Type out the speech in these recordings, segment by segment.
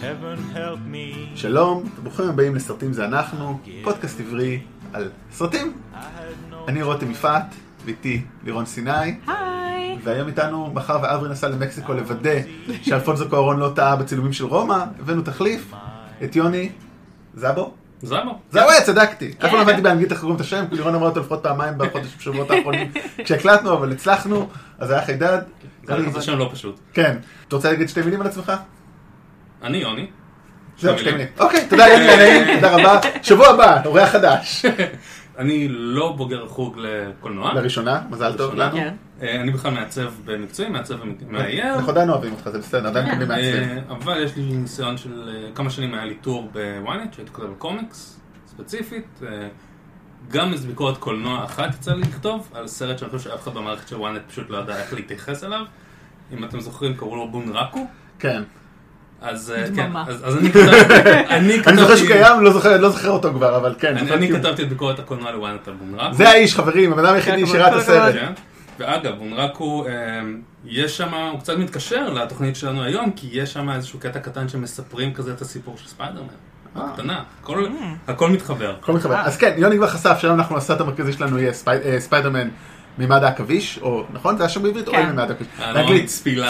שלום, ברוכים הבאים לסרטים זה אנחנו, פודקאסט עברי על סרטים. אני רותם יפעת, ואיתי לירון סיני. היי. והיום איתנו, מאחר ואברי נסע למקסיקו לוודא שאלפונסו קוארון לא טעה בצילומים של רומא, הבאנו תחליף, את יוני זאבו. זהו, צדקתי. אף לא הבנתי באנגלית איך קוראים את השם, כי לירון אמרה אותו לפחות פעמיים בחודש בשבועות האחרונים כשהקלטנו, אבל הצלחנו, אז היה חידד. זה שם לא פשוט. כן. אתה רוצה להגיד שתי מילים על עצמך? אני יוני. זהו, שתי מילים. אוקיי, תודה יוני, תודה רבה. שבוע הבא, אורח חדש. אני לא בוגר חוג לקולנוע. לראשונה, מזל טוב לנו. אני בכלל מעצב במקצועי, מעצב ומאייר. אנחנו עדיין אוהבים אותך, זה בסדר, עדיין קוראים מעצב. אבל יש לי ניסיון של כמה שנים היה לי טור בוויינט, שהייתי כותב על קומיקס, ספציפית. גם איזו ביקורת קולנוע אחת יצא לי לכתוב, על סרט שאני חושב שאף אחד במערכת של וויינט פשוט לא ידע איך להתייחס אליו. אם אתם זוכרים, קראו לו בונרקו. כן. אז כן, אז אני כתבתי... אני זוכר שקיים, לא זוכר אותו כבר, אבל כן. אני כתבתי את ביקורת הקולנוע לוויינט על בונרקו. זה האיש, חברים, הבן אדם היחידי שראה את הסרט. ואגב, בונרקו, יש שם, הוא קצת מתקשר לתוכנית שלנו היום, כי יש שם איזשהו קטע קטן שמספרים כזה את הסיפור של ספיידרמן. קטנה, הכל מתחבר. אז כן, יוני כבר חשף שלנו אנחנו הסרט המרכזי שלנו יהיה ספיידרמן מימד העכביש, או נכון? זה היה שם בעברית? או מימד העכביש? באנגלית,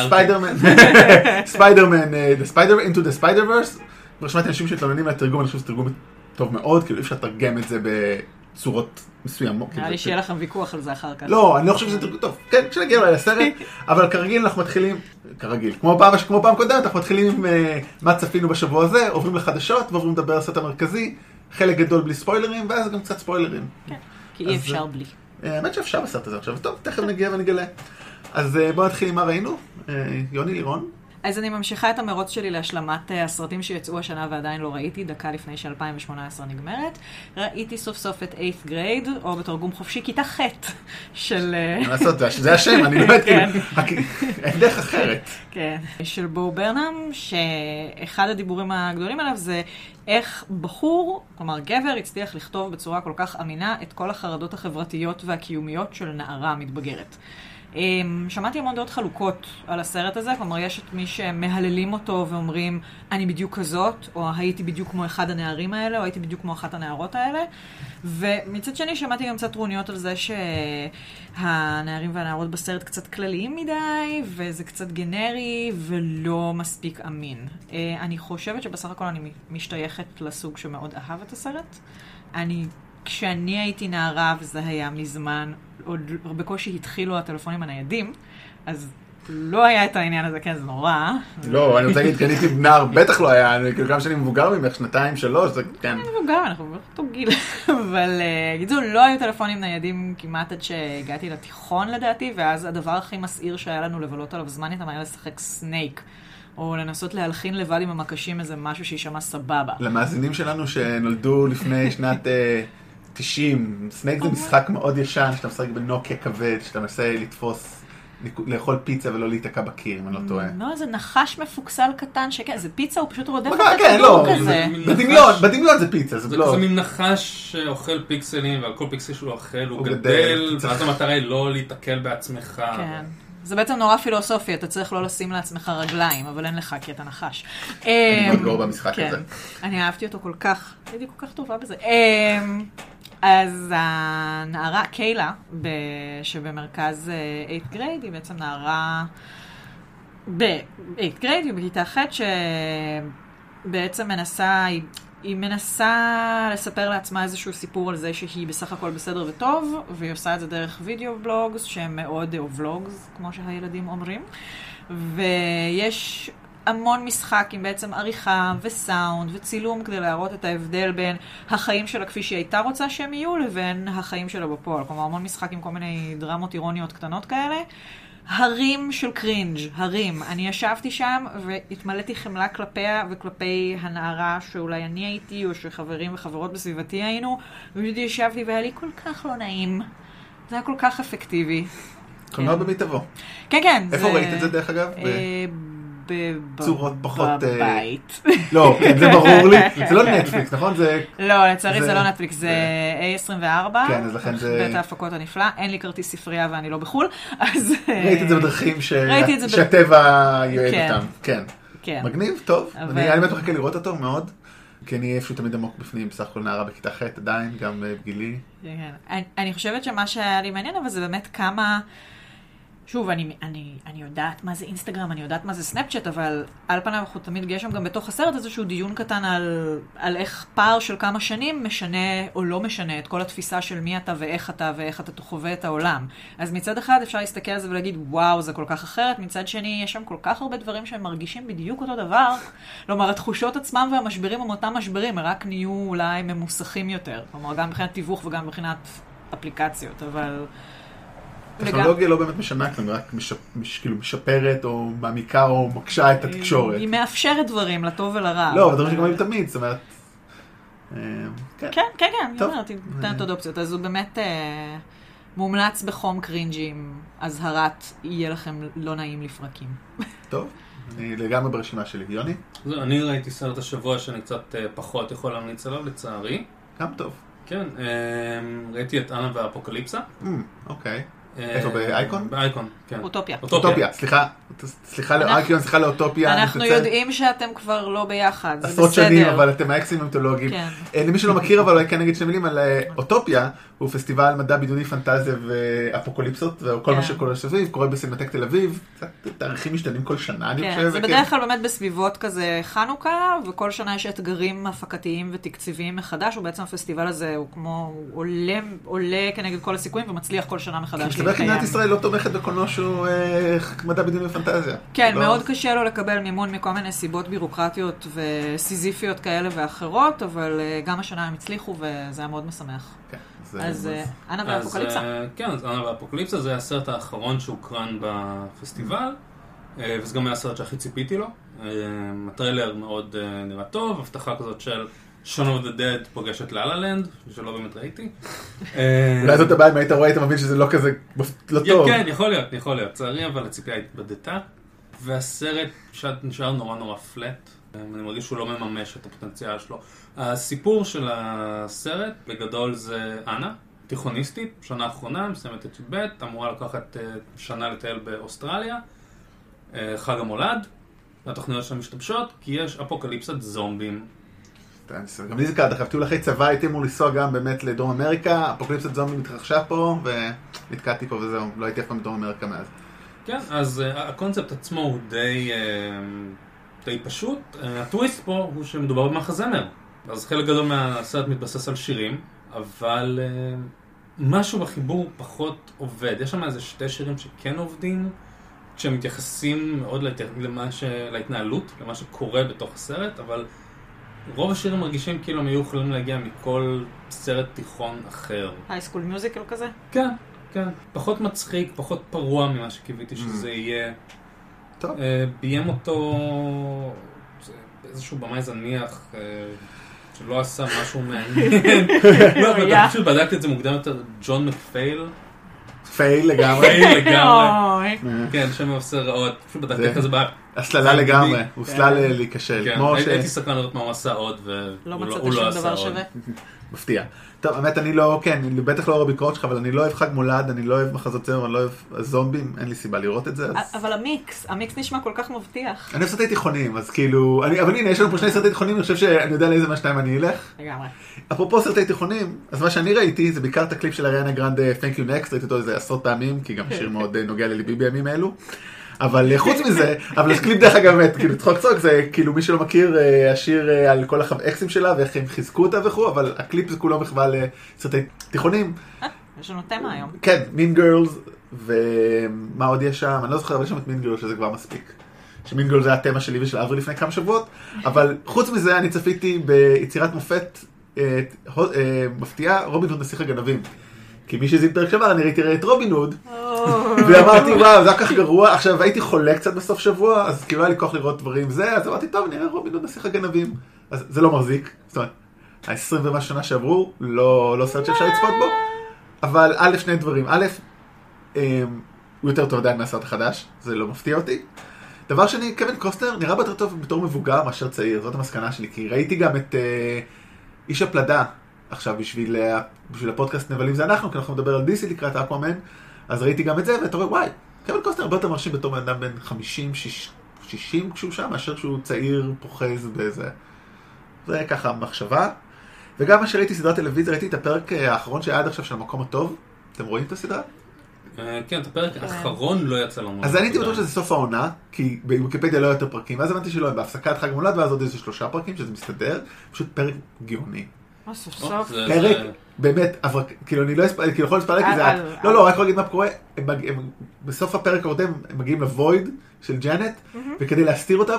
ספיידרמן, The Spider into the Spider-Verse. ושמעתי אנשים שמתלוננים על התרגום, אני חושב שזה תרגום טוב מאוד, כאילו אי אפשר לתרגם את זה בצורות מסוימות. נראה לי שיהיה לכם ויכוח על זה אחר כך. לא, אני לא חושב שזה תרגום טוב. כן, כשנגיע אולי לסרט, אבל כרגיל אנחנו מתחילים, כרגיל, כמו פעם קודמת, אנחנו מתחילים עם מה צפינו בשבוע הזה, עוברים לחדשות ועוברים לדבר על הסרט המרכזי, חלק גדול בלי ספוילרים, ואז גם קצת ספוילרים. כן, כי אי אפשר בלי. האמת שאפשר בסרט הזה עכשיו, טוב, תכף נגיע ונגלה. אז בואו נתחיל עם מה ראינו. יוני, לירון. אז אני ממשיכה את המרוץ שלי להשלמת הסרטים שיצאו השנה ועדיין לא ראיתי, דקה לפני ש-2018 נגמרת. ראיתי סוף סוף את 8th grade, או בתרגום חופשי, כיתה ח' של... זה השם, אני לא יודעת, אין דרך אחרת. כן, של בו ברנם, שאחד הדיבורים הגדולים עליו זה איך בחור, כלומר גבר, הצליח לכתוב בצורה כל כך אמינה את כל החרדות החברתיות והקיומיות של נערה מתבגרת. שמעתי המון דעות חלוקות על הסרט הזה, כלומר יש את מי שמהללים אותו ואומרים אני בדיוק כזאת, או הייתי בדיוק כמו אחד הנערים האלה, או הייתי בדיוק כמו אחת הנערות האלה, ומצד שני שמעתי גם קצת טרוניות על זה שהנערים והנערות בסרט קצת כלליים מדי, וזה קצת גנרי ולא מספיק אמין. אני חושבת שבסך הכל אני משתייכת לסוג שמאוד אהב את הסרט. כשאני הייתי נערה, וזה היה מזמן, עוד בקושי התחילו הטלפונים הניידים, אז לא היה את העניין הזה, כן, זה נורא. לא, אני רוצה להגיד, כי אני הייתי נער, בטח לא היה, כאילו כמה שאני מבוגר ממך, 2, 3, זה כן. אני מבוגר, אנחנו באותו גיל. אבל גידול, לא היו טלפונים ניידים כמעט עד שהגעתי לתיכון לדעתי, ואז הדבר הכי מסעיר שהיה לנו לבלות עליו זמן איתם היה לשחק סנייק. או לנסות להלחין לבד עם המקשים איזה משהו שישמע סבבה. למאזינים שלנו שנולדו לפני שנת 90, סנייק זה משחק מאוד ישן, שאתה משחק בנוקיה כבד, שאתה מנסה לתפוס, לאכול פיצה ולא להתעקע בקיר, אם אני לא טועה. לא, זה נחש מפוקסל קטן, שכן, זה פיצה, הוא פשוט רודף את כן, הכדור כזה. בדמיון זה פיצה. זה כזה מין נחש שאוכל פיקסלים, ועל כל פיקסל שהוא אוכל הוא גדל, ואז המטרה היא לא להתעכל בעצמך. כן. זה בעצם נורא פילוסופי, אתה צריך לא לשים לעצמך רגליים, אבל אין לך כי אתה נחש. אני מאוד גרוע במשחק הזה. אני אהבתי אותו כל כך, הייתי כל כך טובה בזה. אז הנערה קיילה, שבמרכז 8th grade, היא בעצם נערה ב-8th grade, היא בכיתה ח' שבעצם היא מנסה לספר לעצמה איזשהו סיפור על זה שהיא בסך הכל בסדר וטוב, והיא עושה את זה דרך וידאו ולוגס, שהם מאוד ולוגס, כמו שהילדים אומרים. ויש המון משחק עם בעצם עריכה וסאונד וצילום כדי להראות את ההבדל בין החיים שלה כפי שהיא הייתה רוצה שהם יהיו, לבין החיים שלה בפועל. כלומר, המון משחק עם כל מיני דרמות אירוניות קטנות כאלה. הרים של קרינג', הרים. אני ישבתי שם והתמלאתי חמלה כלפיה וכלפי הנערה שאולי אני הייתי או שחברים וחברות בסביבתי היינו, ופשוט ישבתי והיה לי כל כך לא נעים. זה היה כל כך אפקטיבי. קולנוע במיטבו. כן, כן. איפה ראית את זה דרך אגב? צורות פחות... בבית. לא, כן, זה ברור לי. זה לא נטפליקס, נכון? לא, לצערי זה לא נטפליקס, זה A24. כן, אז לכן זה... בית ההפקות הנפלא. אין לי כרטיס ספרייה ואני לא בחול, אז... ראית את זה בדרכים שהטבע יועד אותם. כן. כן. מגניב, טוב. אני באמת מחכה לראות אותו מאוד. כי אני איפשהו תמיד עמוק בפנים, בסך הכל נערה בכיתה ח' עדיין, גם בגילי. אני חושבת שמה שהיה לי מעניין, אבל זה באמת כמה... שוב, אני יודעת מה זה אינסטגרם, אני יודעת מה זה סנאפצ'אט, אבל על פניו אנחנו תמיד יש שם גם בתוך הסרט איזשהו דיון קטן על איך פער של כמה שנים משנה או לא משנה את כל התפיסה של מי אתה ואיך אתה חווה את העולם. אז מצד אחד אפשר להסתכל על זה ולהגיד, וואו, זה כל כך אחרת. מצד שני, יש שם כל כך הרבה דברים שהם מרגישים בדיוק אותו דבר. כלומר, התחושות עצמם והמשברים הם אותם משברים, רק נהיו אולי ממוסכים יותר. כלומר, גם מבחינת תיווך וגם מבחינת אפליקציות, אבל... טכנולוגיה לא באמת משנה, היא רק משפרת או מעמיקה או מקשה את התקשורת. היא מאפשרת דברים לטוב ולרע. לא, אבל דברים שגורמים תמיד, זאת אומרת... כן, אני אומרת, היא נותנת עוד אופציות. אז הוא באמת מומלץ בחום קרינג'י עם אזהרת, יהיה לכם לא נעים לפרקים. טוב, אני לגמרי ברשימה שלי. יוני? אני ראיתי סרט השבוע שאני קצת פחות יכול להמליץ עליו, לצערי. גם טוב. כן, ראיתי את אנה והאפוקליפסה. אוקיי. איפה, באייקון? באייקון, כן. אוטופיה. סליחה לאייקון, סליחה לאוטופיה. אנחנו יודעים שאתם כבר לא ביחד, זה בסדר. עשרות שנים, אבל אתם האקסים מיתולוגיים. למי שלא מכיר, אבל אולי כן נגיד שני מילים על אוטופיה, הוא פסטיבל מדע בדיוני, פנטזיה ואפוקוליפסות, וכל מה שקורה סביב, קורה בסינמטק תל אביב, קצת תאריכים משתנים כל שנה, אני חושב. זה בדרך כלל באמת בסביבות כזה חנוכה, וכל שנה יש אתגרים הפקתיים ותקציביים מחדש, ובעצם הפסטיבל הזה הוא כמו עולה כנגד כל הסיכויים, ומצליח כל שנה מחדש. מדינת ישראל לא תומכת בקולנוע שהוא מדע בדיוני ופנטזיה. כן, מאוד קשה לו לקבל מימון מכל מיני סיבות בירוקרטיות וסיזיפיות כאלה ואחרות, אבל גם השנה הם הצליחו וזה היה מאוד משמח. אז אנה והאפוקליפסה. כן, אז אנה והאפוקליפסה זה הסרט האחרון שהוקרן בפסטיבל, וזה גם היה הסרט שהכי ציפיתי לו. הטריילר מאוד נראה טוב, הבטחה כזאת של Shaun of the Dead פוגשת לה לנד, שלא באמת ראיתי. אולי זאת הבעיה, אם היית רואה, אתה מבין שזה לא כזה, לא טוב. כן, יכול להיות. צערי, אבל הציפייה התבדתה, והסרט נשאר נורא פלט. אני מרגיש שהוא לא מממש את הפוטנציאל שלו. הסיפור של הסרט, בגדול זה אנה, תיכוניסטית, שנה האחרונה, מסיימת את י"ב, אמורה לקחת שנה לטייל באוסטרליה, חג המולד, והתוכניות שלה משתבשות, כי יש אפוקליפסת זומבים. גם לי זה קרה, טיול אחרי צבא, הייתי אמור לנסוע גם באמת לדרום אמריקה, אפוקליפסת זומבים מתרחשה פה, ונתקעתי פה וזהו, לא הייתי אף פעם בדרום אמריקה מאז. כן, אז הקונספט עצמו הוא די פשוט. הטוויסט פה הוא שמדובר במחזמר. אז חלק גדול מהסרט מתבסס על שירים, אבל משהו בחיבור פחות עובד. יש שם איזה 2 שירים שכן עובדים, כשהם מתייחסים מאוד להתנהלות, למה שקורה בתוך הסרט, אבל רוב השירים מרגישים כאילו הם היו יכולים להגיע מכל סרט תיכון אחר. הייסקול מיוזיקל כזה? כן. פחות מצחיק, פחות פרוע ממה שקיוויתי שזה יהיה. טוב. ביים אותו איזשהו במאי זניח שלא עשה משהו מעניין. לא, אבל פשוט בדקתי את זה מוקדם יותר, ג'ון מקפייל. פייל לגמרי. כן, שם עושה רעות. פשוט בדקתי כזה הסללה לגמרי, הוא סלל להיכשל. הייתי סקרן לראות מה הוא עשה עוד, והוא לא עשה עוד. מפתיע. טוב, האמת, אני לא, כן, אני בטח לא אוהב ביקורות שלך, אבל אני לא אוהב חג מולד, אני לא אוהב מחזות זמר, אני לא אוהב זומבים, אין לי סיבה לראות את זה. אבל המיקס נשמע כל כך מבטיח. אני אוהב סרטי תיכונים, אז כאילו, אבל הנה, יש לנו פה 2 סרטי תיכונים, אני חושב שאני יודע לאיזה מהשניים אני אלך. לגמרי. אפרופו סרטי תיכונים, אז מה שאני ראיתי, זה בעיקר את הקליפ של אריאנה גרנד, Thank You Next, ראיתי אותו איזה 10 פעמים, כי גם שיר מאוד נוגע לליבי בימים אלו. אבל חוץ מזה, אבל הקליפ דרך אגב באמת, כאילו צחוק, זה כאילו מי שלא מכיר, השיר על כל האקסים שלה ואיך הם חיזקו אותה וכו', אבל הקליפ זה כולו מחווה לסרטי תיכונים. יש לנו תמה היום. כן, Mean Girls, ומה עוד יש שם? אני לא זוכר, אבל יש שם את Mean Girls שזה כבר מספיק. ש-Mean Girls זה התמה שלי ושל אברי לפני כמה שבועות, אבל חוץ מזה אני צפיתי ביצירת מופת מפתיעה, רובין הוד נסיך הגנבים. כי מי שהזין פרק שעבר, אני ראיתי את רובין הוד, ואמרתי, וואו, זה היה כך גרוע. עכשיו, הייתי חולה קצת בסוף שבוע, אז כאילו היה לי כוח לראות דברים זה, אז אמרתי, טוב, נראה רובין הוד נסיך הגנבים. אז זה לא מחזיק, זאת אומרת, ה-20 ומה שנה שעברו, לא סרט שאפשר לצפות בו, אבל א', 2 דברים. א', הוא יותר טוב עדיין מהסרט החדש, זה לא מפתיע אותי. דבר שני, קווין קוסטנר נראה יותר טוב בתור מבוגר מאשר צעיר, זאת המסקנה שלי, כי ראיתי גם את איש הפלדה, עכשיו בשביל הפודקאסט נבלים זה אנחנו, כי אנחנו מדבר על DC לקראת אקוואמן, אז ראיתי גם את זה, ואתה רואה, וואי, קווין קוסטנר הרבה יותר מרשים בתור אדם בין 50, 60 כשהוא שם, מאשר שהוא צעיר פוחז באיזה. זה ככה מחשבה. וגם מה שראיתי סדרת טלוויזיה, ראיתי את הפרק האחרון שהיה עד עכשיו של המקום הטוב. אתם רואים את הסדרה? כן, את הפרק האחרון לא יצא לנו. אז אני הייתי בטוח שזה סוף העונה, כי בוויקיפדיה לא יותר פרקים, ואז הבנתי שלא, הם בהפסקת חג מולד, ואז עוד איזה 3 פרקים, שזה מסתדר, פשוט פרק גאוני. סוף סוף. פרק, באמת, כאילו אני לא יכול לספר כי זה... לא, רק יכול להגיד מה קורה, בסוף הפרק הקודם הם מגיעים לוויד של ג'נט, וכדי להסתיר אותם,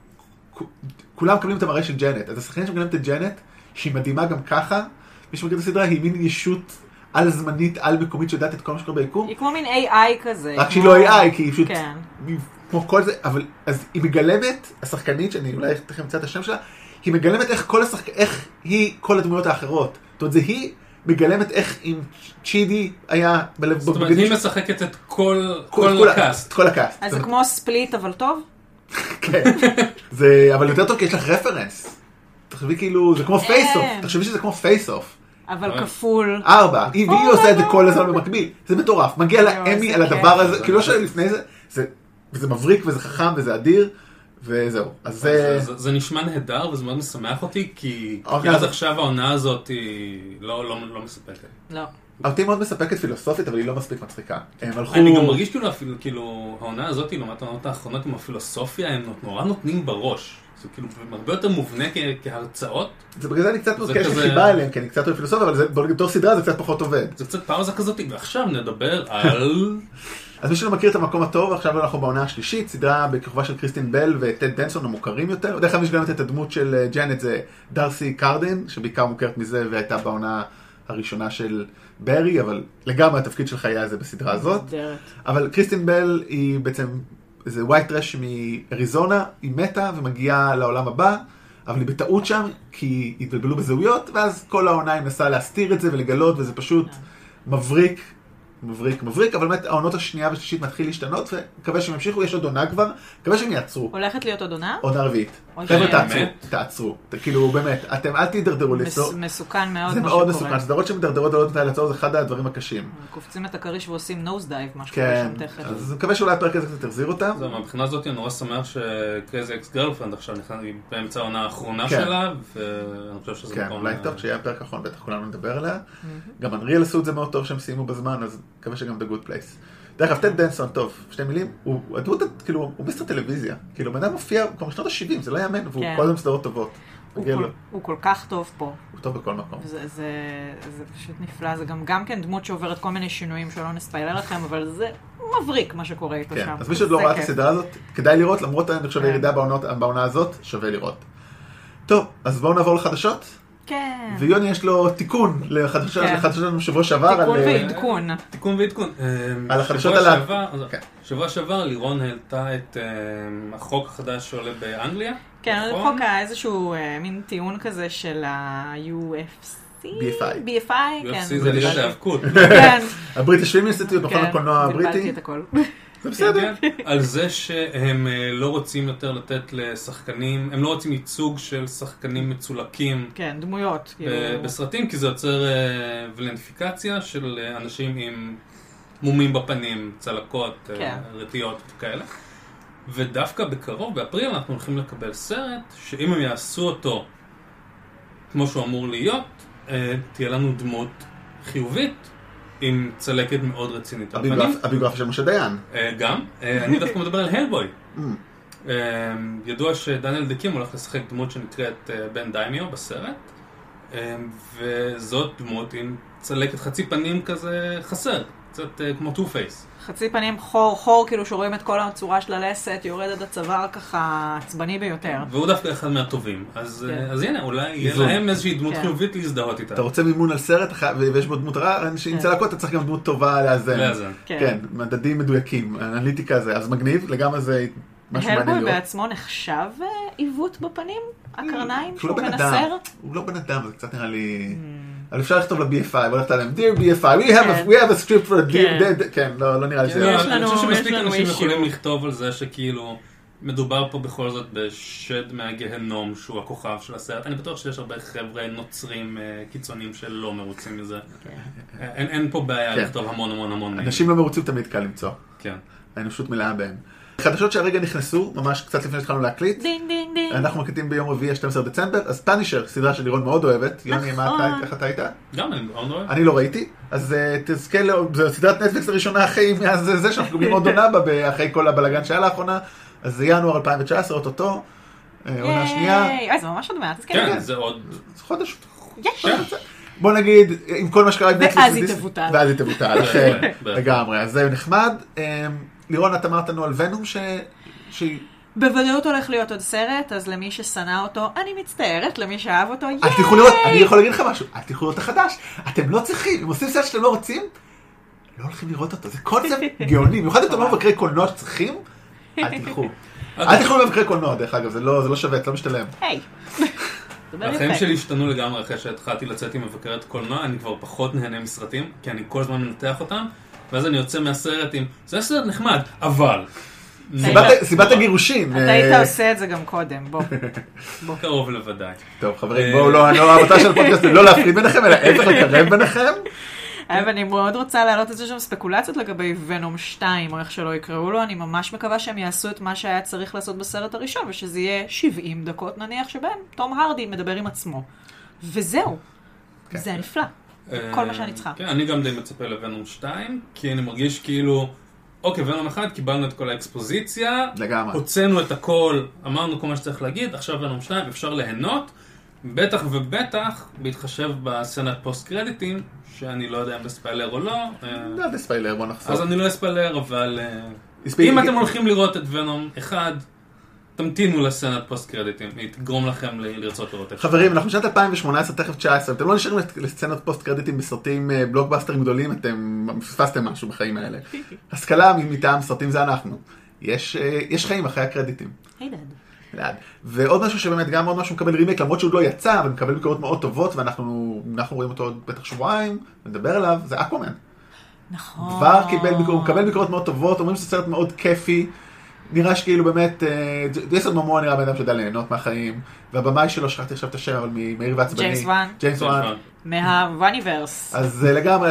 כולם מקבלים את המראה של ג'נט. אז השחקנים שמקבלים את ג'נט, שהיא מדהימה גם ככה, מי שמכיר את הסדרה, היא מין ישות על זמנית, על מקומית שיודעת את כל מה שקורה ביקום. היא כמו מין AI כזה. רק שהיא לא AI, כי היא פשוט... כמו כל זה, אבל אז היא מגלמת, השחקנית, שאני אולי תכף אמצא את השם שלה, היא מגלמת איך היא כל הדמויות האחרות. זאת אומרת, זה היא מגלמת איך אם צ'ידי היה בלב... זאת אומרת, היא משחקת את כל הקאסט. כל הקאסט. אז זה כמו ספליט, אבל טוב? כן. אבל יותר טוב כי יש לך רפרנס. תחשבי כאילו, זה כמו פייס-אוף. תחשבי שזה כמו פייס-אוף. אבל כפול. 4. והיא עושה את זה כל הזמן במקביל. זה מטורף. מגיע לאמי על הדבר הזה. כאילו לא שלפני זה, זה מבריק וזה חכם וזה אדיר. וזהו. אז זה נשמע נהדר וזה מאוד משמח אותי, כי עד עכשיו העונה הזאת היא לא מספקת. לא. אותי מאוד מספקת פילוסופית, אבל היא לא מספיק מצחיקה. אני גם מרגיש כאילו העונה הזאת, לעומת העונות האחרונות עם הפילוסופיה, הם נורא נותנים בראש. זה כאילו הרבה יותר מובנה כהרצאות. זה בגלל זה אני קצת מוזכר שחיבה אליהם, כי אני קצת אוהב פילוסופיה, אבל בתור סדרה זה קצת פחות עובד. זה קצת פאוזה כזאת, ועכשיו נדבר על... אז מי שלא מכיר את המקום הטוב, עכשיו אנחנו בעונה השלישית, סדרה בכוכבה של קריסטין בל וטד דנסון המוכרים יותר. דרך כלל מי שגלמת את הדמות של ג'נט זה דארסי קרדן, שבעיקר מוכרת מזה והייתה בעונה הראשונה של ברי, אבל לגמרי התפקיד שלך היה זה בסדרה הזאת. אבל קריסטין בל היא בעצם איזה ווייט טרש מאריזונה, היא מתה ומגיעה לעולם הבא, אבל היא בטעות שם כי התבלבלו בזהויות, ואז כל העונה היא מנסה להסתיר את זה ולגלות, וזה פשוט מבריק, אבל באמת העונות השנייה והשלישית מתחיל להשתנות, ומקווה שהם ימשיכו, יש עוד עונה כבר, מקווה שהם יעצרו. הולכת להיות עוד עונה? עונה רביעית. חבר'ה, תעצרו. כאילו באמת, אתם אל תידרדרו לסור. מסוכן מאוד. זה מאוד מסוכן. סדרות שמדרדרות ולא נותן לעצור, זה אחד הדברים הקשים. קופצים את הכריש ועושים נוז דייב, מה שקורה שם תכף. אז מקווה שאולי הפרק הזה קצת תחזיר אותם. זהו, מבחינה הזאת אני נורא שמח שקרייזי אקס גרלפרנד עכשיו נכנס באמצע העונה האחרונה שלה, ואני חושב שזה כן, אולי טוב, כשיהיה הפרק האחרון, בטח כולנו נדבר עליה. גם אנריאל עשו את זה מאוד טוב שהם סיימו בזמן, אז מקווה שגם The Good Place. דרך אגב, טד דנסון, טוב, 2 מילים, הוא הדמות, כאילו, הוא מיסטר טלוויזיה. כאילו, בן אדם מופיע כבר משנות ה-70, זה לא יאמן, והוא כל הזמן סדרות טובות. הוא כל כך טוב פה. הוא טוב בכל מקום. זה פשוט נפלא, זה גם כן דמות שעוברת כל מיני שינויים שלא נספיילר לכם, אבל זה מבריק מה שקורה איתו שם. אז מי שעוד לא ראה את הסדרה הזאת, כדאי לראות, למרות אני חושב הירידה בעונה הזאת, שווה לראות. טוב, אז בואו נעבור לחדשות. כן. ויוני יש לו תיקון לחדשות שלנו שבוע שעבר. תיקון ועדכון. על החדשות על... שבוע שעבר לירון העלתה את החוק החדש שעולה באנגליה. כן, החוק היה איזשהו מין טיעון כזה של ה-UFC. BFI, כן. UFC זה ליגת האבקות. כן. הבריטיש פילם אינסטיטוט, מכון הקולנוע הבריטי. בלבלתי את הכל. זה בסדר. על זה שהם לא רוצים יותר לתת לשחקנים, הם לא רוצים ייצוג של שחקנים מצולקים. כן, דמויות. בסרטים, כי זה יוצר ולנטיפיקציה של אנשים עם מומים בפנים, צלקות, רטיות וכאלה. ודווקא בקרוב, באפריל, אנחנו הולכים לקבל סרט, שאם הם יעשו אותו כמו שהוא אמור להיות, תהיה לנו דמות חיובית, עם צלקת מאוד רצינית. הביוגרפיה של משה דיין. גם. אני דווקא מדבר על הלבוי. ידוע שדניאל דקים הולך לשחק דמות שנקראת בן דיימיו בסרט, וזאת דמות עם צלקת חצי פנים כזה חסר, קצת כמו טו פייס. חצי פנים חור, כאילו שרואים את כל הצורה של הלסת, יורד עד הצוואר ככה עצבני ביותר. והוא דווקא אחד מהטובים. אז הנה, אולי יהיה להם איזושהי דמות חיובית להזדהות איתה. אתה רוצה מימון על סרט ויש בו דמות רע, עם צלקות אתה צריך גם דמות טובה לאזן. כן, מדדים מדויקים, אנליטיקה זה, אז מגניב, לגמרי זה משהו מעניין לראות. הלבוי בעצמו נחשב עיוות בפנים? הקרניים שהוא מנסר? הוא לא בן אדם, זה קצת נראה לי... אבל אפשר לכתוב ל-BFI, בוא נכתוב להם, Dear BFI, we have a script for a dear... כן, לא נראה לי זה... אני חושב שמספיק אנשים יכולים לכתוב על זה שכאילו מדובר פה בכל זאת בשד מהגהנום שהוא הכוכב של הסרט. אני בטוח שיש הרבה חבר'ה נוצרים קיצוניים שלא מרוצים מזה. אין פה בעיה לכתוב המון. אנשים לא מרוצים תמיד קל למצוא. כן. האנושות מלאה בהם. חדשות שהרגע נכנסו, ממש קצת לפני שהתחלנו להקליט. דינג דינג דינג. אנחנו מקליטים ביום רביעי 12 דצמבר, אז פאנישר, סדרה של לירון מאוד אוהבת. יוני, איך אתה היית? גם אני מאוד אוהב. אני לא ראיתי, אז תזכה, זו סדרת נטפליקס הראשונה אחרי מאז זה שאנחנו קובלים עוד עונה בה, אחרי כל הבלגן שהיה לאחרונה, אז זה ינואר 2019, אוטוטו, עונה שנייה. זה ממש עוד מעט, כן, זה עוד חודש. בוא נגיד, עם כל מה שקרה עם נטפליקס. ואז היא תבוטל. ואז היא תבוטל, לגמרי, אז זה נחמד. לירון, את אמרת לנו על ונום בוודאות הולך להיות עוד סרט, אז למי ששנא אותו, אני מצטערת, למי שאהב אותו, ייי! אל תלכו לראות, אני יכול להגיד לך משהו, אל תלכו לראות את החדש, אתם לא צריכים, אם עושים סרט שאתם לא רוצים, לא הולכים לראות אותו, זה קונספט גאוני, במיוחד אם אתם לא מבקרי קולנוע שצריכים, אל תלכו. אל תלכו למבקרי קולנוע, דרך אגב, זה לא שווה, זה לא משתלם. היי. החיים שלי השתנו לגמרי אחרי שהתחלתי לצאת עם מבקרת קולנוע, אני כבר פחות נהנה מסרטים, כי אני כל הזמן מנתח אותם, ואז אני יוצא מהסרט עם, זה סרט נחמד, אבל... סיבת הגירושין. אתה היית עושה את זה גם קודם, בוא. קרוב לוודאי. טוב, חברים, בואו לא, המטרה של הפודקאסט לא להפריד ביניכם, אלא איך לקרב ביניכם. אני מאוד רוצה להעלות את זה שם ספקולציות לגבי ונום 2, או איך שלא יקראו לו. אני ממש מקווה שהם יעשו את מה שהיה צריך לעשות בסרט הראשון, ושזה יהיה 70 דקות נניח שבהם תום הרדי מדבר עם עצמו. וזהו. זה נפלא. כל מה שאני צריכה. כן, אני גם די מצפה לוונום 2, כי אני מרגיש כאילו, אוקיי, ונום 1, קיבלנו את כל האקספוזיציה, הוצאנו את הכל, אמרנו כל מה שצריך להגיד, עכשיו ונום 2, אפשר ליהנות, בטח ובטח, בהתחשב בסצנת פוסט קרדיטים, שאני לא יודע אם לספיילר או לא. לא לספיילר, בוא נחזור. אז אני לא אספיילר, אבל אם אתם הולכים לראות את ונום 1, תמתינו לסצנת פוסט קרדיטים, היא תגרום לכם לרצות לראות את זה. חברים, אנחנו בשנת 2018, תכף 19, אתם לא נשארים לסצנת פוסט קרדיטים בסרטים בלוקבאסטרים גדולים, אתם מפספסתם משהו בחיים האלה. השכלה מטעם סרטים זה אנחנו. יש חיים אחרי הקרדיטים. ועוד משהו שבאמת גם עוד משהו מקבל רימייק, למרות שהוא לא יצא, אבל מקבל ביקורות מאוד טובות, ואנחנו רואים אותו עוד בטח שבועיים, ונדבר עליו, זה אקוואמן. נכון. כבר מקבל ביקורות מאוד טובות, אומרים שזה סרט מאוד כיפי, נראה שכאילו באמת, ג'ייסון מומואה נראה בן אדם שיודע ליהנות מהחיים, והבמאי שלו, שכחתי עכשיו את השם, אבל מהיר ועצבני. ג'יימס וואן. מהווניברס. אז לגמרי,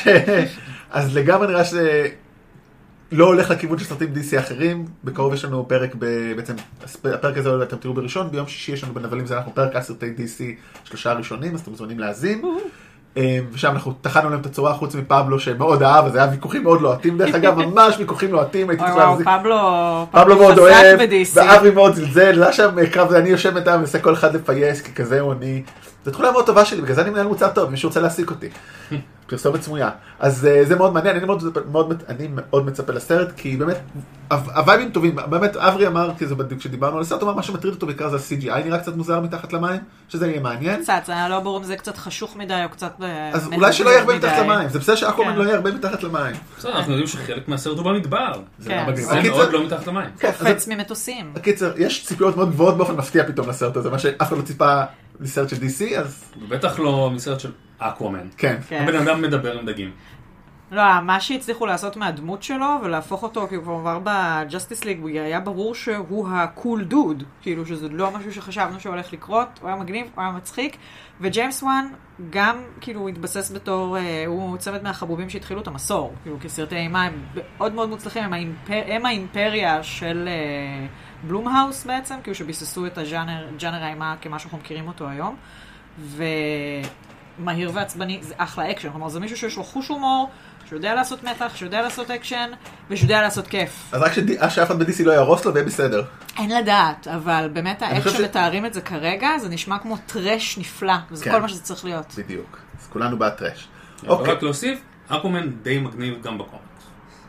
אז לגמרי נראה שזה לא הולך לכיוון של סרטים DC אחרים. בקרוב יש לנו פרק, בעצם, הפרק הזה אתם תראו בראשון, ביום שישי יש לנו בנבלים, זה אנחנו פרק על סרטי DC 3 ראשונים, אז אתם מוזמנים להאזין. ושם אנחנו תחנו להם את הצורה חוץ מפבלו שמאוד אהב, אז היה ויכוחים מאוד לוהטים, דרך אגב, ממש ויכוחים לוהטים, הייתי צריך להחזיק. פבלו מאוד אוהב, ואברי מאוד זלזל, לא שם קרב, אני יושב מטעם ומנסה כל אחד לפייס, כי כזה הוא אני. זו תחולה מאוד טובה שלי, בגלל זה אני מנהל מוצר טוב, מישהו רוצה להעסיק אותי. פרסומת סמויה. אז זה מאוד מעניין, אני מאוד מצפה לסרט, כי באמת, הווייבים טובים, באמת, אברי אמר, כשדיברנו על הסרט, הוא אמר, מה שמטריד אותו בעיקר זה ה-CGI, נראה קצת מוזר מתחת למים, שזה יהיה מעניין. קצת, זה היה לא ברור אם זה קצת חשוך מדי, או קצת... אז אולי שלא יהיה הרבה מתחת למים, זה בסדר שאקוואמן לא יהיה הרבה מתחת למים. בסדר, אנחנו יודעים שחלק מהסרט הוא במדבר. זה מאוד לא מתחת למים. קופץ ממטוסים. הקיצר, יש ציפיות מאוד גבוהות באופן מפתיע פתאום לסרט הזה, מה שאף אחד לא ציפה לסרט של DC, אז... בטח לא מסרט של אקוואמן. כן. הבן אדם מדבר עם דגים. לא, מה שהצליחו לעשות מהדמות שלו, ולהפוך אותו, כי הוא כבר עבר בג'סטיס ליג, היה ברור שהוא הקול דוד, כאילו שזה לא משהו שחשבנו שהולך לקרות, הוא היה מגניב, הוא היה מצחיק, וג'יימס וואן גם כאילו התבסס בתור, הוא צוות מהחבובים שהתחילו את המסור, כאילו כסרטי אימה, הם מאוד מאוד מוצלחים, הם האימפריה של בלומהאוס בעצם, כאילו שביססו את הג'אנר האימה כמה שאנחנו מכירים אותו היום, מהיר ועצבני, זה אחלה אקשן, כלומר זה מישהו שיש לו חוש הומור, שיודע לעשות מתח, שיודע לעשות אקשן, ושיודע לעשות כיף. אז רק שאף אחד ב-DC לא ירוס לו ויהיה בסדר. אין לדעת, אבל באמת איך שמתארים את זה כרגע, זה נשמע כמו טרש נפלא, וזה כל מה שזה צריך להיות. בדיוק, אז כולנו בעד טרש. רק להוסיף, אקוואמן די מגניב גם בקומיקס.